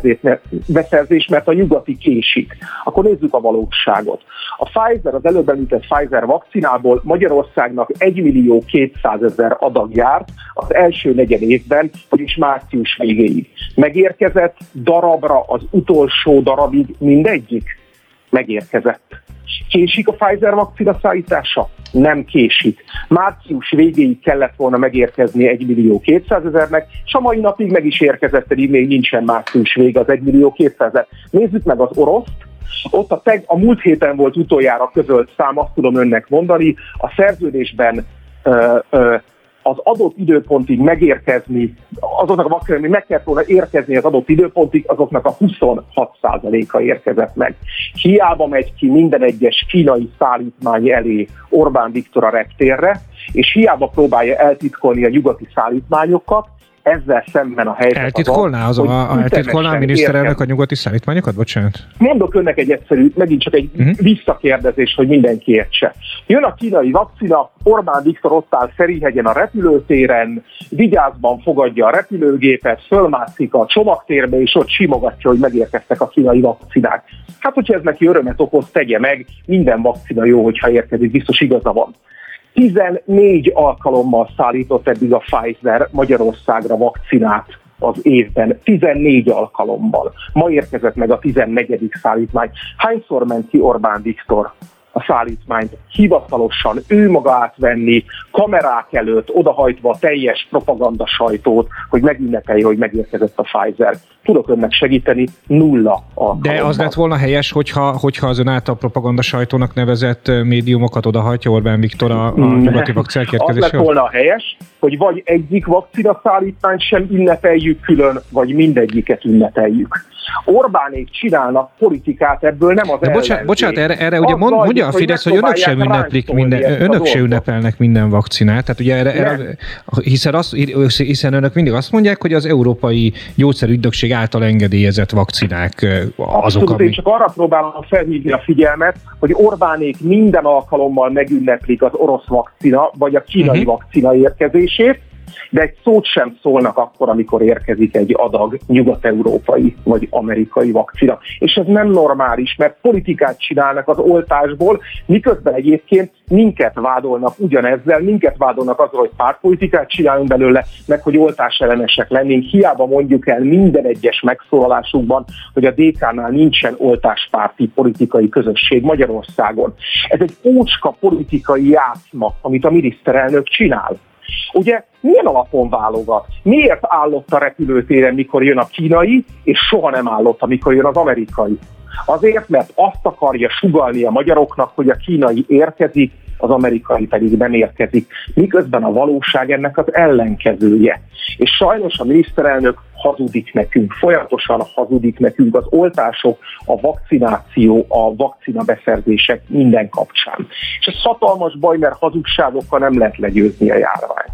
beszerzés, mert a nyugati késik. Akkor nézzük a valóságot. A Pfizer, az előbb említett Pfizer vakcinából Magyarországnak egymillió kétszázezer adag járt az első negyed évben, vagyis március végéig. Megérkezett darabra az utolsó darabig mindegyik? Megérkezett. Késik a Pfizer vakcina szállítása? Nem késik. Március végéig kellett volna megérkezni egymillió kétszázezernek, és a mai napig meg is érkezett, pedig még nincsen március vége az egymillió kétszázezer. Nézzük meg az oroszt. Ott a, teg, a múlt héten volt utoljára közölt szám, azt tudom önnek mondani, a szerződésben ö, ö, az adott időpontig megérkezni, azoknak a vakcináknak meg kellett volna érkezni az adott időpontig, azoknak a huszonhat százaléka érkezett meg. Hiába megy ki minden egyes kínai szállítmány elé Orbán Viktor a reptérre, és hiába próbálja eltitkolni a nyugati szállítmányokat, ezzel szemben a helyzet eltitkolná az, az a, a, eltitkolná a miniszterelnök a nyugati szállítmányokat? Bocsánat. Mondok önnek egy egyszerű, megint csak egy uh-huh. visszakérdezés, hogy mindenki értse. Jön a kínai vakcina, Orbán Viktor ott áll Ferihegyen a repülőtéren, vigyázban fogadja a repülőgépet, fölmászik a csomagtérbe, és ott simogatja, hogy megérkeztek a kínai vakcinák. Hát, hogyha ez neki örömet okoz, tegye meg, minden vakcina jó, hogyha érkezik, biztos igaza van. tizennégy alkalommal szállított eddig a Pfizer Magyarországra vakcinát az évben. tizennégy alkalommal. Ma érkezett meg a tizennegyedik szállítmány. Hányszor ment ki Orbán Viktor a szállítmányt hivatalosan ő maga átvenni, kamerák előtt odahajtva teljes propaganda sajtót, hogy megünnepelje, hogy megérkezett a Pfizer. Tudok önnek segíteni, nulla alkalommal. De az lett volna helyes, hogyha, hogyha az ön által propaganda sajtónak nevezett médiumokat odahajtja Orbán Viktor a, a nyugati vakcinák érkezésre? Az lett volna helyes, hogy vagy egyik vakcina szállítmányt sem ünnepeljük külön, vagy mindegyiket ünnepeljük. Orbánék csinálnak politikát, ebből nem az De bocsánat, bocsánat, erre, erre ugye mond, mondja a Fidesz, hogy önök sem ünneplik minden, önök sem ünnepelnek minden vakcinát, tehát ugye erre, erre, hiszen, azt, hiszen önök mindig azt mondják, hogy az Európai Gyógyszerügynökség által engedélyezett vakcinák azok, Abszolút, amik... Én csak arra próbálom felhívni a figyelmet, hogy Orbánék minden alkalommal megünneplik az orosz vakcina, vagy a kínai uh-huh. vakcina érkezését, de egy szót sem szólnak akkor, amikor érkezik egy adag nyugat-európai vagy amerikai vakcina. És ez nem normális, mert politikát csinálnak az oltásból, miközben egyébként minket vádolnak ugyanezzel, minket vádolnak azzal, hogy pártpolitikát csinálunk belőle, meg hogy oltásellenesek lennénk. Hiába mondjuk el minden egyes megszólalásukban, hogy a dé ká-nál nincsen oltáspárti politikai közösség Magyarországon. Ez egy ócska politikai játszma, amit a miniszterelnök csinál. Ugye milyen alapon válogat? Miért állott a repülőtéren, mikor jön a kínai, és soha nem állott, amikor jön az amerikai? Azért, mert azt akarja sugallni a magyaroknak, hogy a kínai érkezik, az amerikai pedig nem érkezik. Miközben a valóság ennek az ellenkezője. És sajnos a miniszterelnök hazudik nekünk, folyamatosan hazudik nekünk az oltások, a vakcináció, a vakcina beszerzések minden kapcsán. És ez hatalmas baj, mert hazugságokkal nem lehet legyőzni a járványt.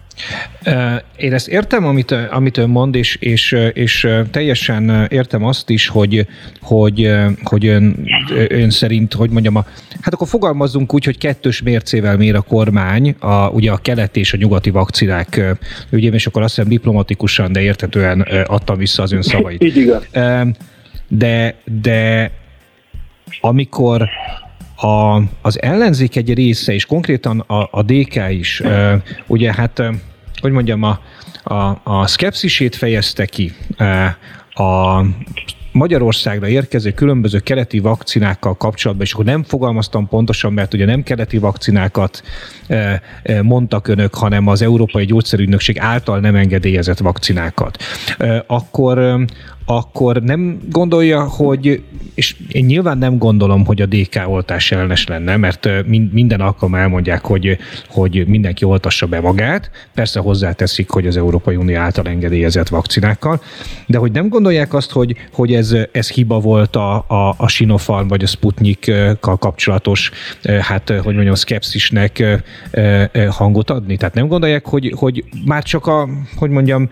Én ezt értem, amit, amit ön mond, és, és, és teljesen értem azt is, hogy, hogy, hogy ön, ön szerint, hogy mondjam, a, hát akkor fogalmazzunk úgy, hogy kettős mércével mér a kormány, a, ugye a keleti és a nyugati vakcinák ügyében, és akkor azt hiszem diplomatikusan, de érthetően adtam vissza az ön szavait. Így igaz. De, de amikor A, az ellenzék egy része, és konkrétan a, a dé ká is, e, ugye hát, e, hogy mondjam, a, a, a szkepszisét fejezte ki e, a Magyarországra érkező különböző keleti vakcinákkal kapcsolatban, és akkor nem fogalmaztam pontosan, mert ugye nem keleti vakcinákat e, e, mondtak önök, hanem az Európai Gyógyszerügynökség által nem engedélyezett vakcinákat. E, akkor akkor nem gondolja, hogy, és én nyilván nem gondolom, hogy a dé ká oltás ellenes lenne, mert minden alkalommal elmondják, hogy, hogy mindenki oltassa be magát, persze hozzáteszik, hogy az Európai Unió által engedélyezett vakcinákkal, de hogy nem gondolják azt, hogy, hogy ez, ez hiba volt a, a, a Sinopharm vagy a Sputnikkal kapcsolatos, hát, hogy mondjam, a szkepszisnek hangot adni? Tehát nem gondolják, hogy, hogy már csak a, hogy mondjam,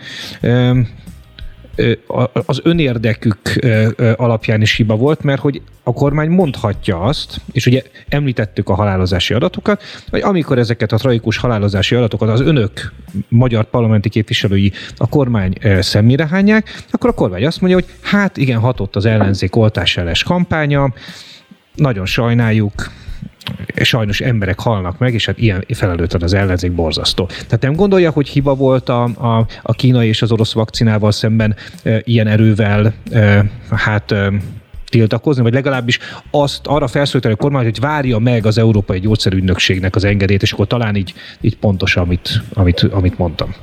az önérdekük alapján is hiba volt, mert hogy a kormány mondhatja azt, és ugye említettük a halálozási adatokat, hogy amikor ezeket a tragikus halálozási adatokat az önök magyar parlamenti képviselői a kormány szemére hányják, akkor a kormány azt mondja, hogy hát igen, hatott az ellenzék oltás ellenes kampánya, nagyon sajnáljuk, sajnos emberek halnak meg, és hát ilyen felelőtlen az ellenzék, borzasztó. Tehát nem gondolja, hogy hiba volt a, a, a kínai és az orosz vakcinával szemben e, ilyen erővel e, hát e, tiltakozni, vagy legalábbis azt arra felszólítani a kormány, hogy várja meg az Európai Gyógyszerügynökségnek az engedélyt, és akkor talán így, így pontos, amit, amit, amit mondtam.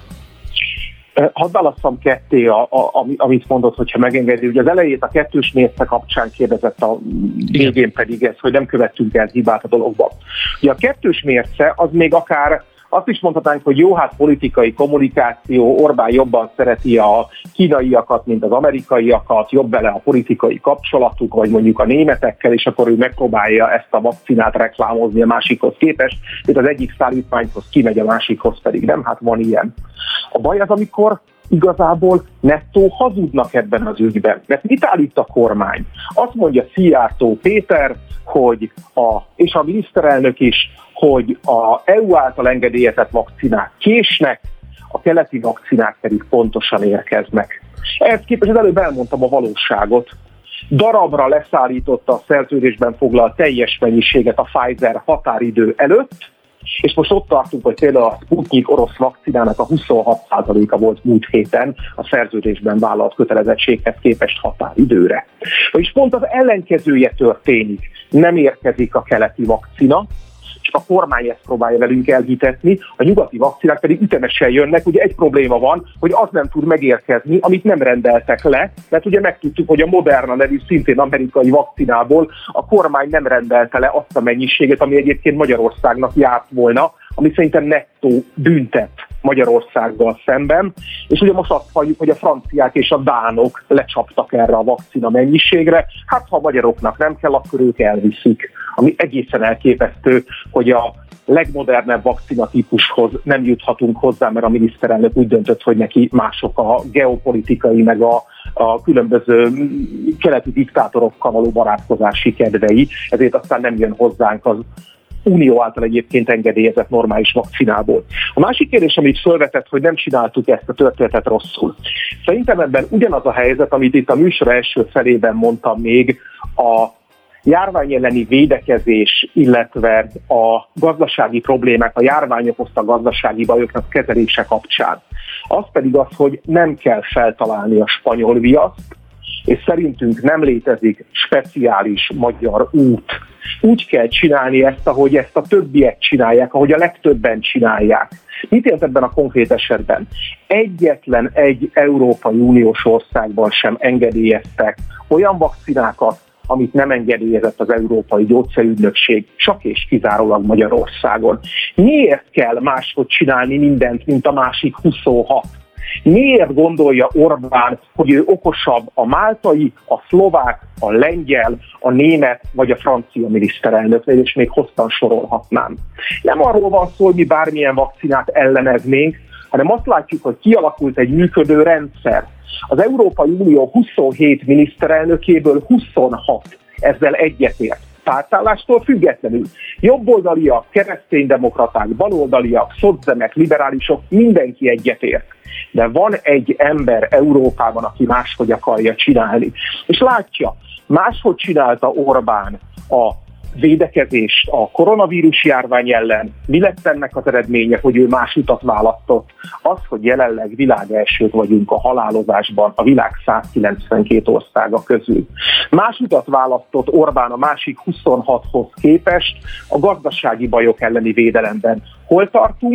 Hadd válasszam ketté, a, a, amit mondott, hogyha megengedi. Ugye az elejét a kettős mérce kapcsán kérdezett, a végén pedig ez, hogy nem követtünk el hibát a dologban. Ugye a kettős mérce az még akár azt is mondhatnánk, hogy jó, hát politikai kommunikáció, Orbán jobban szereti a kínaiakat, mint az amerikaiakat, jobb vele a politikai kapcsolatuk, vagy mondjuk a németekkel, és akkor ő megpróbálja ezt a vakcinát reklámozni a másikhoz képest, mint az egyik szállítmányhoz kimegy, a másikhoz pedig nem, hát van ilyen. A baj az, amikor igazából nettó hazudnak ebben az ügyben. Mert mit állít a kormány? Azt mondja Szijjártó Péter, hogy a, és a miniszterelnök is, hogy a é u által engedélyezett vakcinák késnek, a keleti vakcinák pedig pontosan érkeznek. Ehhez képest az előbb elmondtam a valóságot. Darabra leszállította a szerződésben foglalt teljes mennyiséget a Pfizer határidő előtt, és most ott tartunk, hogy például a Sputnik orosz vakcinának a huszonhat százaléka volt múlt héten a szerződésben vállalt kötelezettséghez képest határidőre. Vagyis pont az ellenkezője történik. Nem érkezik a keleti vakcina, csak a kormány ezt próbálja velünk elhitetni, a nyugati vakcinák pedig ütemesen jönnek. Ugye egy probléma van, hogy az nem tud megérkezni, amit nem rendeltek le, mert ugye megtudtuk, hogy a Moderna nevű szintén amerikai vakcinából a kormány nem rendelte le azt a mennyiséget, ami egyébként Magyarországnak járt volna, ami szerintem nettó büntet Magyarországgal szemben, és ugye most azt halljuk, hogy a franciák és a dánok lecsaptak erre a vakcina mennyiségre, hát ha a magyaroknak nem kell, akkor ők elviszik. Ami egészen elképesztő, hogy a legmodernebb vakcinatípushoz nem juthatunk hozzá, mert a miniszterelnök úgy döntött, hogy neki mások a geopolitikai, meg a, a különböző keleti diktátorokkal való barátkozási kedvei, ezért aztán nem jön hozzánk az Unió által egyébként engedélyezett normális vakcinából. A másik kérdés, amit felvetett, hogy nem csináltuk ezt a történetet rosszul. Szerintem ebben ugyanaz a helyzet, amit itt a műsor első felében mondtam még, a járvány elleni védekezés, illetve a gazdasági problémák, a járvány okozta gazdasági bajoknak kezelése kapcsán. Az pedig az, hogy nem kell feltalálni a spanyol viaszt, és szerintünk nem létezik speciális magyar út. Úgy kell csinálni ezt, ahogy ezt a többiek csinálják, ahogy a legtöbben csinálják. Mit ért ebben a konkrét esetben? Egyetlen egy Európai Uniós országban sem engedélyeztek olyan vakcinákat, amit nem engedélyezett az Európai Gyógyszerügynökség, csak és kizárólag Magyarországon. Miért kell máshogy csinálni mindent, mint a másik huszonhat? Miért gondolja Orbán, hogy ő okosabb a máltai, a szlovák, a lengyel, a német vagy a francia miniszterelnöknél, és még hosszan sorolhatnám. Nem arról van szó, hogy mi bármilyen vakcinát elleneznénk, hanem azt látjuk, hogy kialakult egy működő rendszer. Az Európai Unió huszonhét miniszterelnökéből huszonhat ezzel egyetért. Pártállástól függetlenül. Jobboldaliak, kereszténydemokraták, baloldaliak, szocdemek, liberálisok, mindenki egyetért. De van egy ember Európában, aki máshogy akarja csinálni. És látja, máshogy csinálta Orbán a védekezést a koronavírus járvány ellen. Mi lett ennek az eredménye, hogy ő más utat választott? Az, hogy jelenleg világelsők vagyunk a halálozásban a világ százkilencvenkét országa közül. Más utat választott Orbán a másik huszonhathoz képest a gazdasági bajok elleni védelemben. Hol tartunk?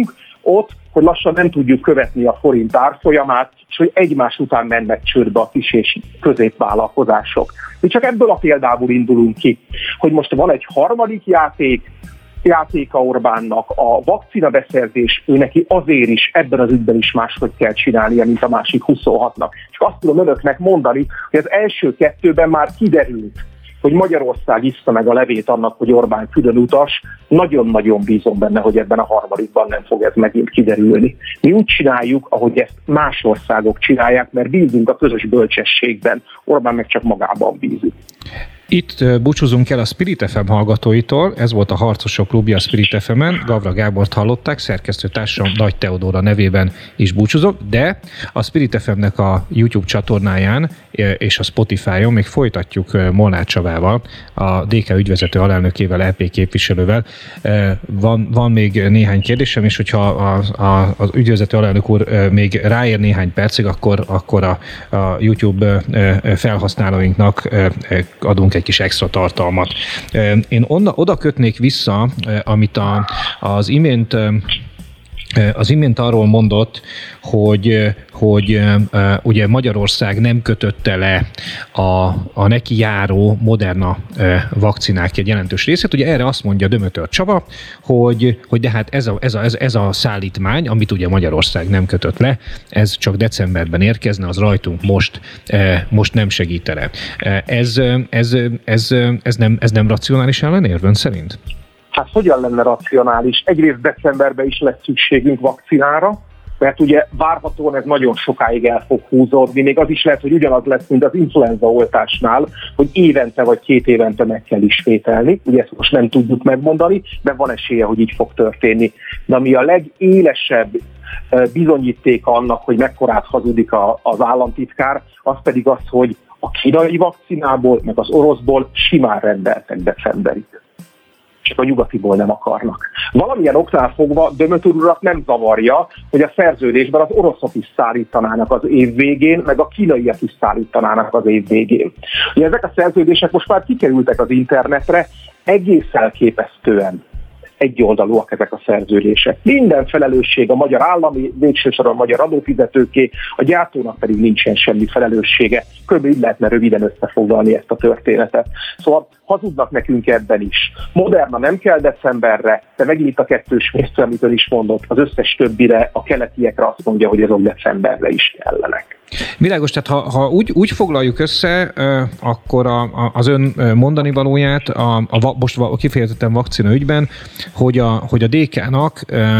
ott, hogy lassan nem tudjuk követni a forint árfolyamát, és hogy egymás után mennek csődbe a kis és középvállalkozások. Mi csak ebből a példából indulunk ki, hogy most van egy harmadik játék, játéka Orbánnak, a vakcina beszerzés, ő neki azért is, ebben az ügyben is máshogy kell csinálnia, mint a másik huszonhatnak. És azt tudom önöknek mondani, hogy az első kettőben már kiderült, hogy Magyarország iszta meg a levét annak, hogy Orbán külön utas, nagyon-nagyon bízom benne, hogy ebben a harmadikban nem fog ez megint kiderülni. Mi úgy csináljuk, ahogy ezt más országok csinálják, mert bízunk a közös bölcsességben, Orbán meg csak magában bízik. Itt búcsúzunk el a Spirit ef em hallgatóitól, ez volt a Harcosok Klubja a Spirit ef emen, Gavra Gábort hallották, szerkesztőtársam Nagy Teodóra nevében is búcsúzok, de a Spirit ef emnek a YouTube csatornáján és a Spotify-on még folytatjuk Molnár Csabával, a dé ká ügyvezető alelnökével, é pé képviselővel. Van, van még néhány kérdésem, és hogyha a, a, az ügyvezető alelnök úr még ráér néhány percig, akkor, akkor a, a YouTube felhasználóinknak adunk egy kis extra tartalmat. Én onna, oda kötnék vissza, amit a, az imént az imént arról mondott, hogy, hogy ugye Magyarország nem kötötte le a, a neki járó Moderna vakcinák egy jelentős részét. Ugye erre azt mondja Dömötör Csaba, hogy, hogy de hát ez a, ez, a, ez, ez a szállítmány, amit ugye Magyarország nem kötött le, ez csak decemberben érkezne, az rajtunk most, most nem segítene. Ez, ez, ez, ez, nem, ez nem racionális ellenérv ön szerint? Hát hogyan lenne racionális? Egyrészt decemberben is lesz szükségünk vakcinára, mert ugye várhatóan ez nagyon sokáig el fog húzódni, még az is lehet, hogy ugyanaz lesz, mint az influenza oltásnál, hogy évente vagy két évente meg kell ismételni. Ugye ezt most nem tudjuk megmondani, de van esélye, hogy így fog történni. De ami a legélesebb bizonyítéka annak, hogy mekkorát hazudik az államtitkár, az pedig az, hogy a kínai vakcinából, meg az oroszból simán rendeltek decemberig. Csak a nyugatiból nem akarnak. Valamilyen oknál fogva Dömötör urat nem zavarja, hogy a szerződésben az oroszok is szállítanának az év végén, meg a kínaiak is szállítanának az év végén. Ugye ezek a szerződések most már kikerültek az internetre, egész elképesztően egyoldalúak ezek a szerződések. Minden felelősség a magyar állami, végső soron a magyar adófizetőké, a gyártónak pedig nincsen semmi felelőssége. Körülbelül így lehetne röviden összefoglalni ezt a történetet. Szóval hazudnak nekünk ebben is. Moderna nem kell decemberre, de megint itt a kettős mérce, amit ön is mondott, az összes többire, a keletiekre azt mondja, hogy azok decemberre is kellenek. Világos, tehát ha, ha úgy, úgy foglaljuk össze, akkor a, a, az ön mondani valóját a, a, most kifejezetten vakcina ügyben, hogy a, hogy a dé ká-nak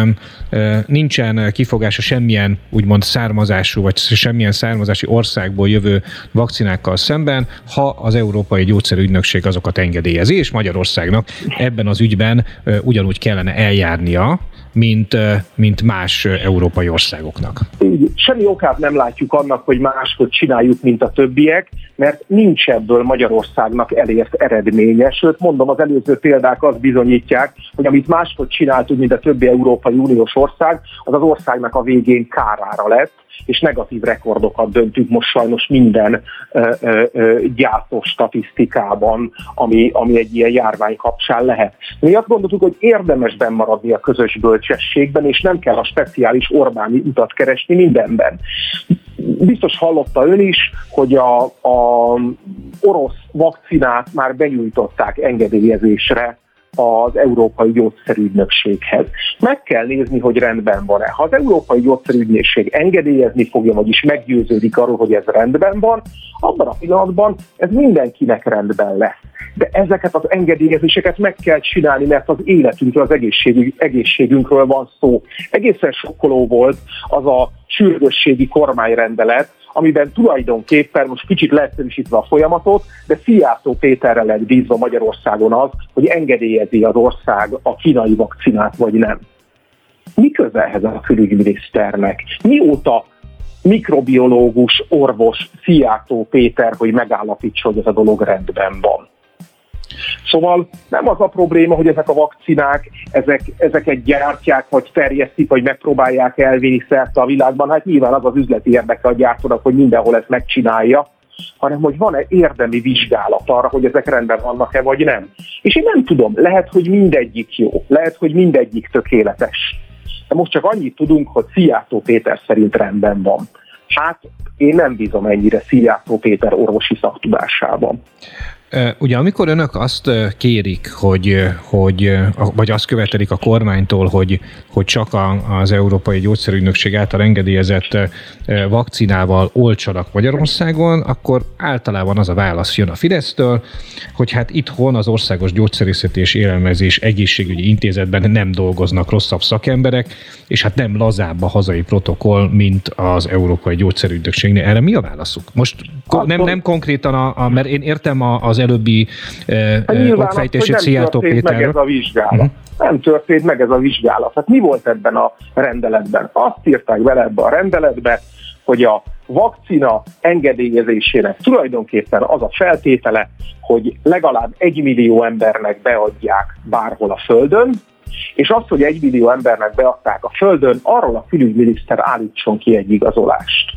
nincsen kifogása semmilyen úgymond származású, vagy semmilyen származási országból jövő vakcinákkal szemben, ha az Európai Gyógyszerügynökség azokat engedélyezi, és Magyarországnak ebben az ügyben ugyanúgy kellene eljárnia, mint, mint más európai országoknak. Semmi okát nem látjuk annak, hogy máshogy csináljuk, mint a többiek, mert nincs ebből Magyarországnak elért eredménye. Sőt, mondom, az előző példák azt bizonyítják, hogy amit máshogy csináltuk, mint a többi Európai Uniós ország, az az országnak a végén kárára lett, és negatív rekordokat döntünk most sajnos minden ö, ö, ö, gyártó statisztikában, ami, ami egy ilyen járvány kapcsán lehet. Mi azt gondoltuk, hogy érdemes benn maradni a közös bölcsességben, és nem kell a speciális Orbáni utat keresni mindenben. Biztos hallotta ön is, hogy a, a orosz vakcinát már benyújtották engedélyezésre az Európai Gyógyszerügynökséghez. Meg kell nézni, hogy rendben van-e. Ha az Európai Gyógyszerügynökség engedélyezni fogja, vagyis meggyőződik arról, hogy ez rendben van, abban a pillanatban ez mindenkinek rendben lesz. De ezeket az engedélyezéseket meg kell csinálni, mert az életünkről, az egészségünk, egészségünkről van szó. Egészen sokkoló volt az a sürgősségi kormányrendelet, amiben tulajdonképpen most kicsit leegyszerűsítve a folyamatot, de Szijjártó Péterre lett bízva Magyarországon az, hogy engedélyezi az ország a kínai vakcinát, vagy nem. Mi köze ehhez a külügyminiszternek? Mióta mikrobiológus, orvos Szijjártó Péter, hogy megállapítsa, hogy ez a dolog rendben van? Szóval nem az a probléma, hogy ezek a vakcinák, ezek, ezeket gyártják, vagy terjesztik, vagy megpróbálják elvinni szerte a világban. Hát nyilván az az üzleti érdeke a gyártónak, hogy mindenhol ezt megcsinálja, hanem hogy van-e érdemi vizsgálat arra, hogy ezek rendben vannak-e, vagy nem. És én nem tudom, lehet, hogy mindegyik jó, lehet, hogy mindegyik tökéletes. De most csak annyit tudunk, hogy Szijjártó Péter szerint rendben van. Hát én nem bízom ennyire Szijjártó Péter orvosi szaktudásában. Ugye amikor önök azt kérik, hogy, hogy, vagy azt követelik a kormánytól, hogy, hogy csak az Európai Gyógyszerügynökség által engedélyezett vakcinával oltsanak Magyarországon, akkor általában az a válasz jön a Fidesztől, hogy hát itthon az Országos Gyógyszerészeti és Élelmezés Egészségügyi Intézetben nem dolgoznak rosszabb szakemberek, és hát nem lazább a hazai protokoll, mint az Európai Gyógyszerügynökségnél. Erre mi a válaszuk? Most nem, nem konkrétan, a, a, mert én értem a, az előbbi eh, okfejtését Szijjártó Péterről. Nem történt meg ez a vizsgálat. Uh-huh. Nem történt meg ez a vizsgálat. Hát mi volt ebben a rendeletben? Azt írták bele ebbe a rendeletbe, hogy a vakcina engedélyezésének tulajdonképpen az a feltétele, hogy legalább egy millió embernek beadják bárhol a Földön, és azt, hogy egy millió embernek beadták a Földön, arról a külügyminiszter állítson ki egy igazolást.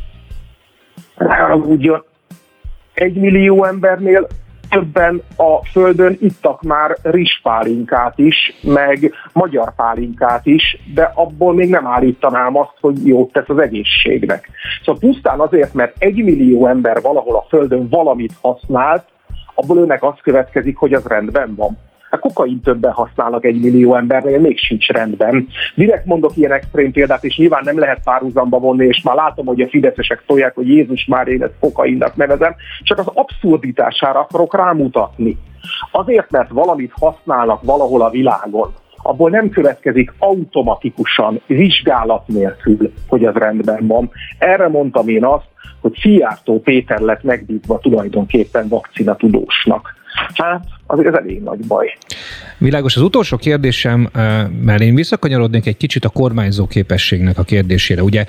Ugyan egy millió embernél többen a Földön ittak már rizspálinkát is, meg magyar pálinkát is, de abból még nem állítanám azt, hogy jót tesz az egészségnek. Szóval pusztán azért, mert egy millió ember valahol a Földön valamit használt, abból önnek az következik, hogy az rendben van. A kokain többen használnak egy millió embernél, még sincs rendben. Direkt mondok ilyen extrém példát, és nyilván nem lehet párhuzamba vonni, és már látom, hogy a fideszesek tolják, hogy Jézus már én ezt kokainnak nevezem, csak az abszurditására akarok rámutatni. Azért, mert valamit használnak valahol a világon, abból nem következik automatikusan, vizsgálat nélkül, hogy az rendben van. Erre mondtam én azt, hogy Szijjártó Péter lett megbízva tulajdonképpen vakcinatudósnak. Hát, azért ez elég nagy baj. Világos. Az utolsó kérdésem, mert én visszakanyarodnék egy kicsit a kormányzó képességnek a kérdésére. Ugye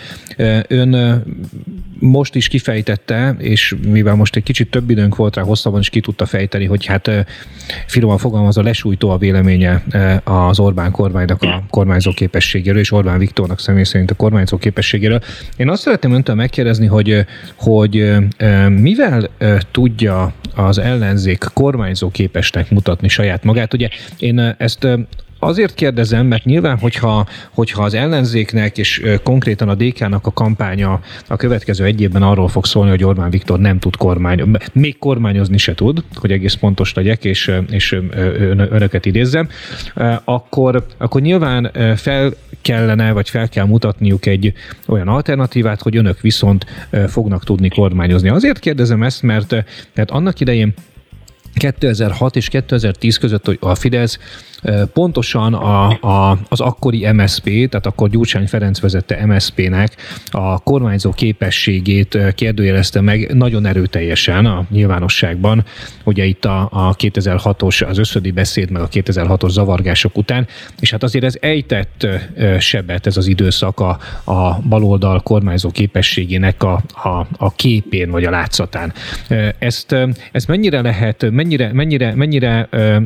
ön most is kifejtette, és mivel most egy kicsit több időnk volt rá, hosszabban is ki tudta fejteni, hogy hát finoman fogalmazva lesújtó a véleménye az Orbán kormánynak a kormányzó képességéről, és Orbán Viktornak személy szerint a kormányzó képességéről. Én azt szeretném öntől megkérdezni, hogy, hogy mivel tudja az ellenzék kormányzó képesnek mutatni saját magát. Ugye én ezt azért kérdezem, mert nyilván, hogyha, hogyha az ellenzéknek és konkrétan a dé ká-nak a kampánya a következő egy évben arról fog szólni, hogy Orbán Viktor nem tud kormányozni, még kormányozni se tud, hogy egész pontos legyek, és, és önöket idézzem, akkor, akkor nyilván fel kellene, vagy fel kell mutatniuk egy olyan alternatívát, hogy önök viszont fognak tudni kormányozni. Azért kérdezem ezt, mert, mert annak idején kétezer-hat és kétezer-tíz között a Fidesz pontosan a, a, az akkori em es zé pé, tehát akkor Gyurcsány Ferenc vezette em es zé pének a kormányzó képességét kérdőjelezte meg nagyon erőteljesen a nyilvánosságban. Ugye itt a, a kétezer-hatos, az összödi beszéd, meg a kétezer-hatos zavargások után, és hát azért ez ejtett sebet ez az időszak a, a baloldal kormányzó képességének a, a, a képén, vagy a látszatán. Ezt, ezt mennyire lehet, mennyire, mennyire, mennyire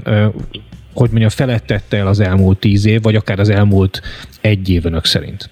hogy mondjam, felettette el az elmúlt tíz év, vagy akár az elmúlt egy év önök szerint?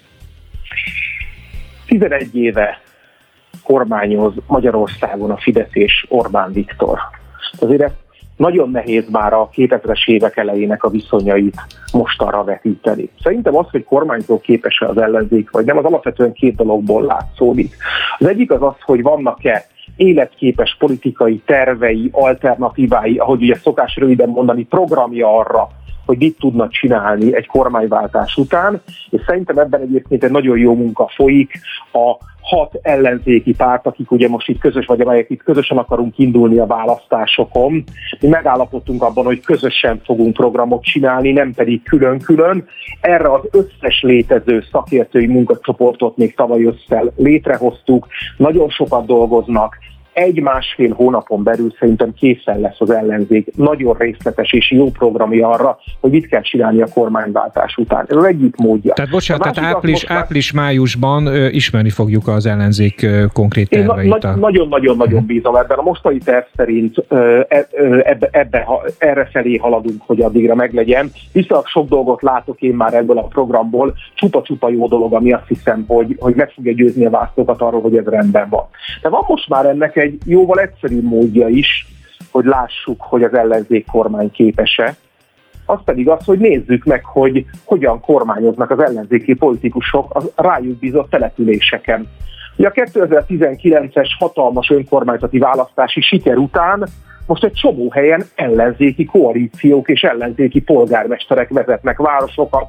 tizenegy éve kormányoz Magyarországon a Fidesz és Orbán Viktor. Azért ez nagyon nehéz már a kétezres évek elejének a viszonyait mostanra vetíteni. Szerintem az, hogy kormányzó képes-e az ellenzék, vagy nem, az alapvetően két dologból látszódik. Az egyik az az, hogy vannak-e életképes politikai tervei, alternatívái, ahogy ugye szokás röviden mondani, programja arra, hogy mit tudnak csinálni egy kormányváltás után, és szerintem ebben egyébként egy nagyon jó munka folyik. A hat ellenzéki párt, akik ugye most itt közös, vagy amelyek itt közösen akarunk indulni a választásokon, mi megállapodtunk abban, hogy közösen fogunk programot csinálni, nem pedig külön-külön. Erre az összes létező szakértői munkacsoportot még tavaly ősszel létrehoztuk, nagyon sokat dolgoznak, egy-másfél hónapon belül szerintem készen lesz az ellenzék nagyon részletes és jó programja arra, hogy mit kell csinálni a kormányváltás után. Ez az egyik módja. Tehát bocsánat, tehát április, már... április-májusban ö, ismerni fogjuk az ellenzék ö, konkrét terveit. Na, nagyon-nagyon-nagyon bízom ebben. A mostani terv szerint ö, ebbe, ebbe, erre felé haladunk, hogy addigra meglegyen. Viszont sok dolgot látok én már ebből a programból, csupa-csupa jó dolog, ami azt hiszem, hogy, hogy meg fogja győzni a választókat arról, hogy ez rendben van. De van most már ennek egy jóval egyszerűbb módja is, hogy lássuk, hogy az ellenzék kormány képes-e. az pedig az, hogy nézzük meg, hogy hogyan kormányoznak az ellenzéki politikusok az rájuk bízott településeken. Ugye a kétezer-tizenkilences hatalmas önkormányzati választási siker után most egy csomó helyen ellenzéki koalíciók és ellenzéki polgármesterek vezetnek városokat.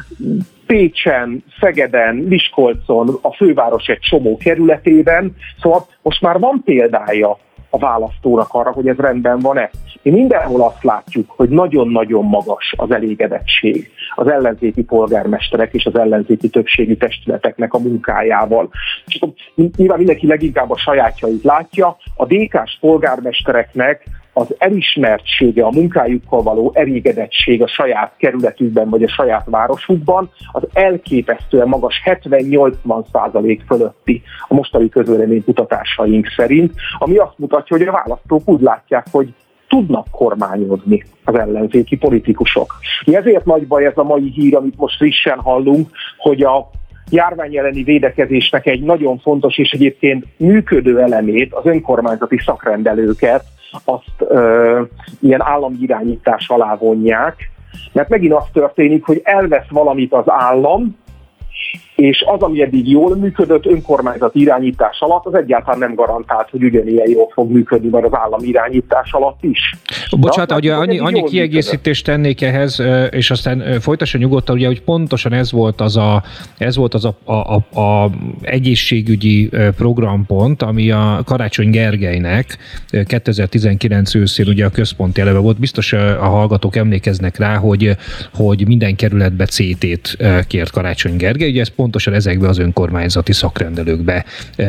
Pécsen, Szegeden, Miskolcon, a főváros egy csomó kerületében, szóval most már van példája a választónak arra, hogy ez rendben van-e. Mi mindenhol azt látjuk, hogy nagyon-nagyon magas az elégedettség az ellenzéki polgármesterek és az ellenzéki többségű testületeknek a munkájával. Csak nyilván mindenki leginkább a sajátjait látja, a dé ká-s polgármestereknek az elismertsége, a munkájukkal való elégedettség a saját kerületükben vagy a saját városukban az elképesztően magas, hetven-nyolcvan százalék fölötti a mostani közvéleménykutatásaink szerint, ami azt mutatja, hogy a választók úgy látják, hogy tudnak kormányozni az ellenzéki politikusok. Ezért nagy baj ez a mai hír, amit most frissen hallunk, hogy a járvány elleni védekezésnek egy nagyon fontos és egyébként működő elemét, az önkormányzati szakrendelőket, azt ö, ilyen állami irányítás alá vonják, mert megint az történik, hogy elvesz valamit az állam, és az, ami eddig jól működött önkormányzati irányítás alatt, az egyáltalán nem garantált, hogy ugyanilyen jól fog működni majd az állami irányítás alatt is. Bocsánat, ugye annyi, annyi kiegészítést tennék ehhez, és aztán folytasson nyugodtan, ugye, hogy pontosan ez volt az a, ez volt az a, a, a, a egészségügyi programpont, ami a Karácsony Gergelynek kétezer-tizenkilenc őszén ugye a központi eleve volt. Biztos a hallgatók emlékeznek rá, hogy, hogy minden kerületbe cé tét kért Karácsony Gergely, ugye ez pontosan ezekbe az önkormányzati szakrendelőkbe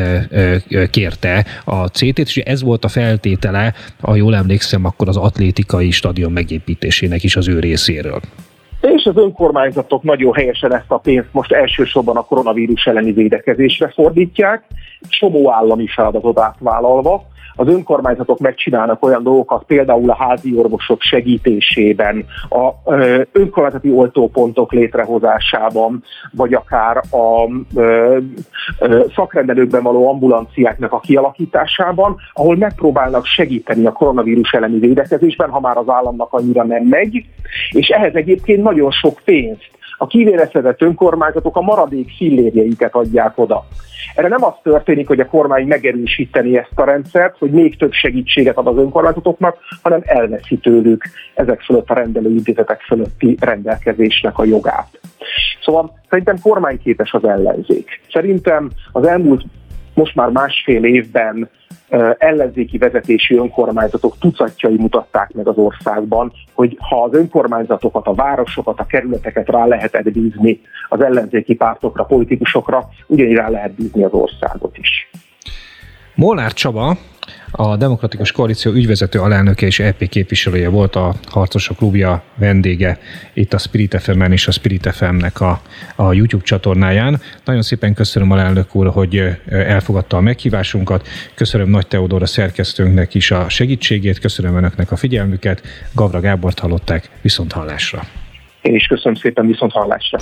kérte a cé tét, és ez volt a feltétele, ha jól emlékszem, akkor az atlétikai stadion megépítésének is az ő részéről. És az önkormányzatok nagyon helyesen ezt a pénzt most elsősorban a koronavírus elleni védekezésre fordítják, csomó állami feladatot átvállalva. Az önkormányzatok megcsinálnak olyan dolgokat, például a házi orvosok segítésében, a ö, önkormányzati oltópontok létrehozásában, vagy akár a ö, ö, szakrendelőkben való ambulanciáknak a kialakításában, ahol megpróbálnak segíteni a koronavírus elleni védekezésben, ha már az államnak annyira nem megy, és ehhez egyébként nagyon sok pénzt. A kivéreztetett önkormányzatok a maradék fillérjeiket adják oda. Erre nem az történik, hogy a kormány megerősíteni ezt a rendszert, hogy még több segítséget ad az önkormányzatoknak, hanem elveszi tőlük ezek fölött a rendelőintézetek fölötti rendelkezésnek a jogát. Szóval szerintem kormányképes az ellenzék. Szerintem az elmúlt most már másfél évben ellenzéki vezetésű önkormányzatok tucatjai mutatták meg az országban, hogy ha az önkormányzatokat, a városokat, a kerületeket rá lehetett bízni az ellenzéki pártokra, politikusokra, ugyanígy rá lehet bízni az országot is. Molnár Csaba, a Demokratikus Koalíció ügyvezető alelnöke és é pé képviselője volt, a Harcosok Klubja vendége itt a Spirit ef emen és a Spirit ef emnek a, a YouTube csatornáján. Nagyon szépen köszönöm, alelnök úr, hogy elfogadta a meghívásunkat. Köszönöm Nagy Teodor a szerkesztőnknek is a segítségét, köszönöm önöknek a figyelmüket. Gavra Gábort hallották, viszont hallásra. Én is köszönöm szépen, viszont hallásra.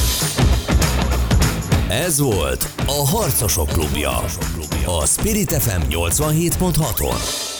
Ez volt a Harcosok Klubja, a Spirit ef em nyolcvanhét pont haton.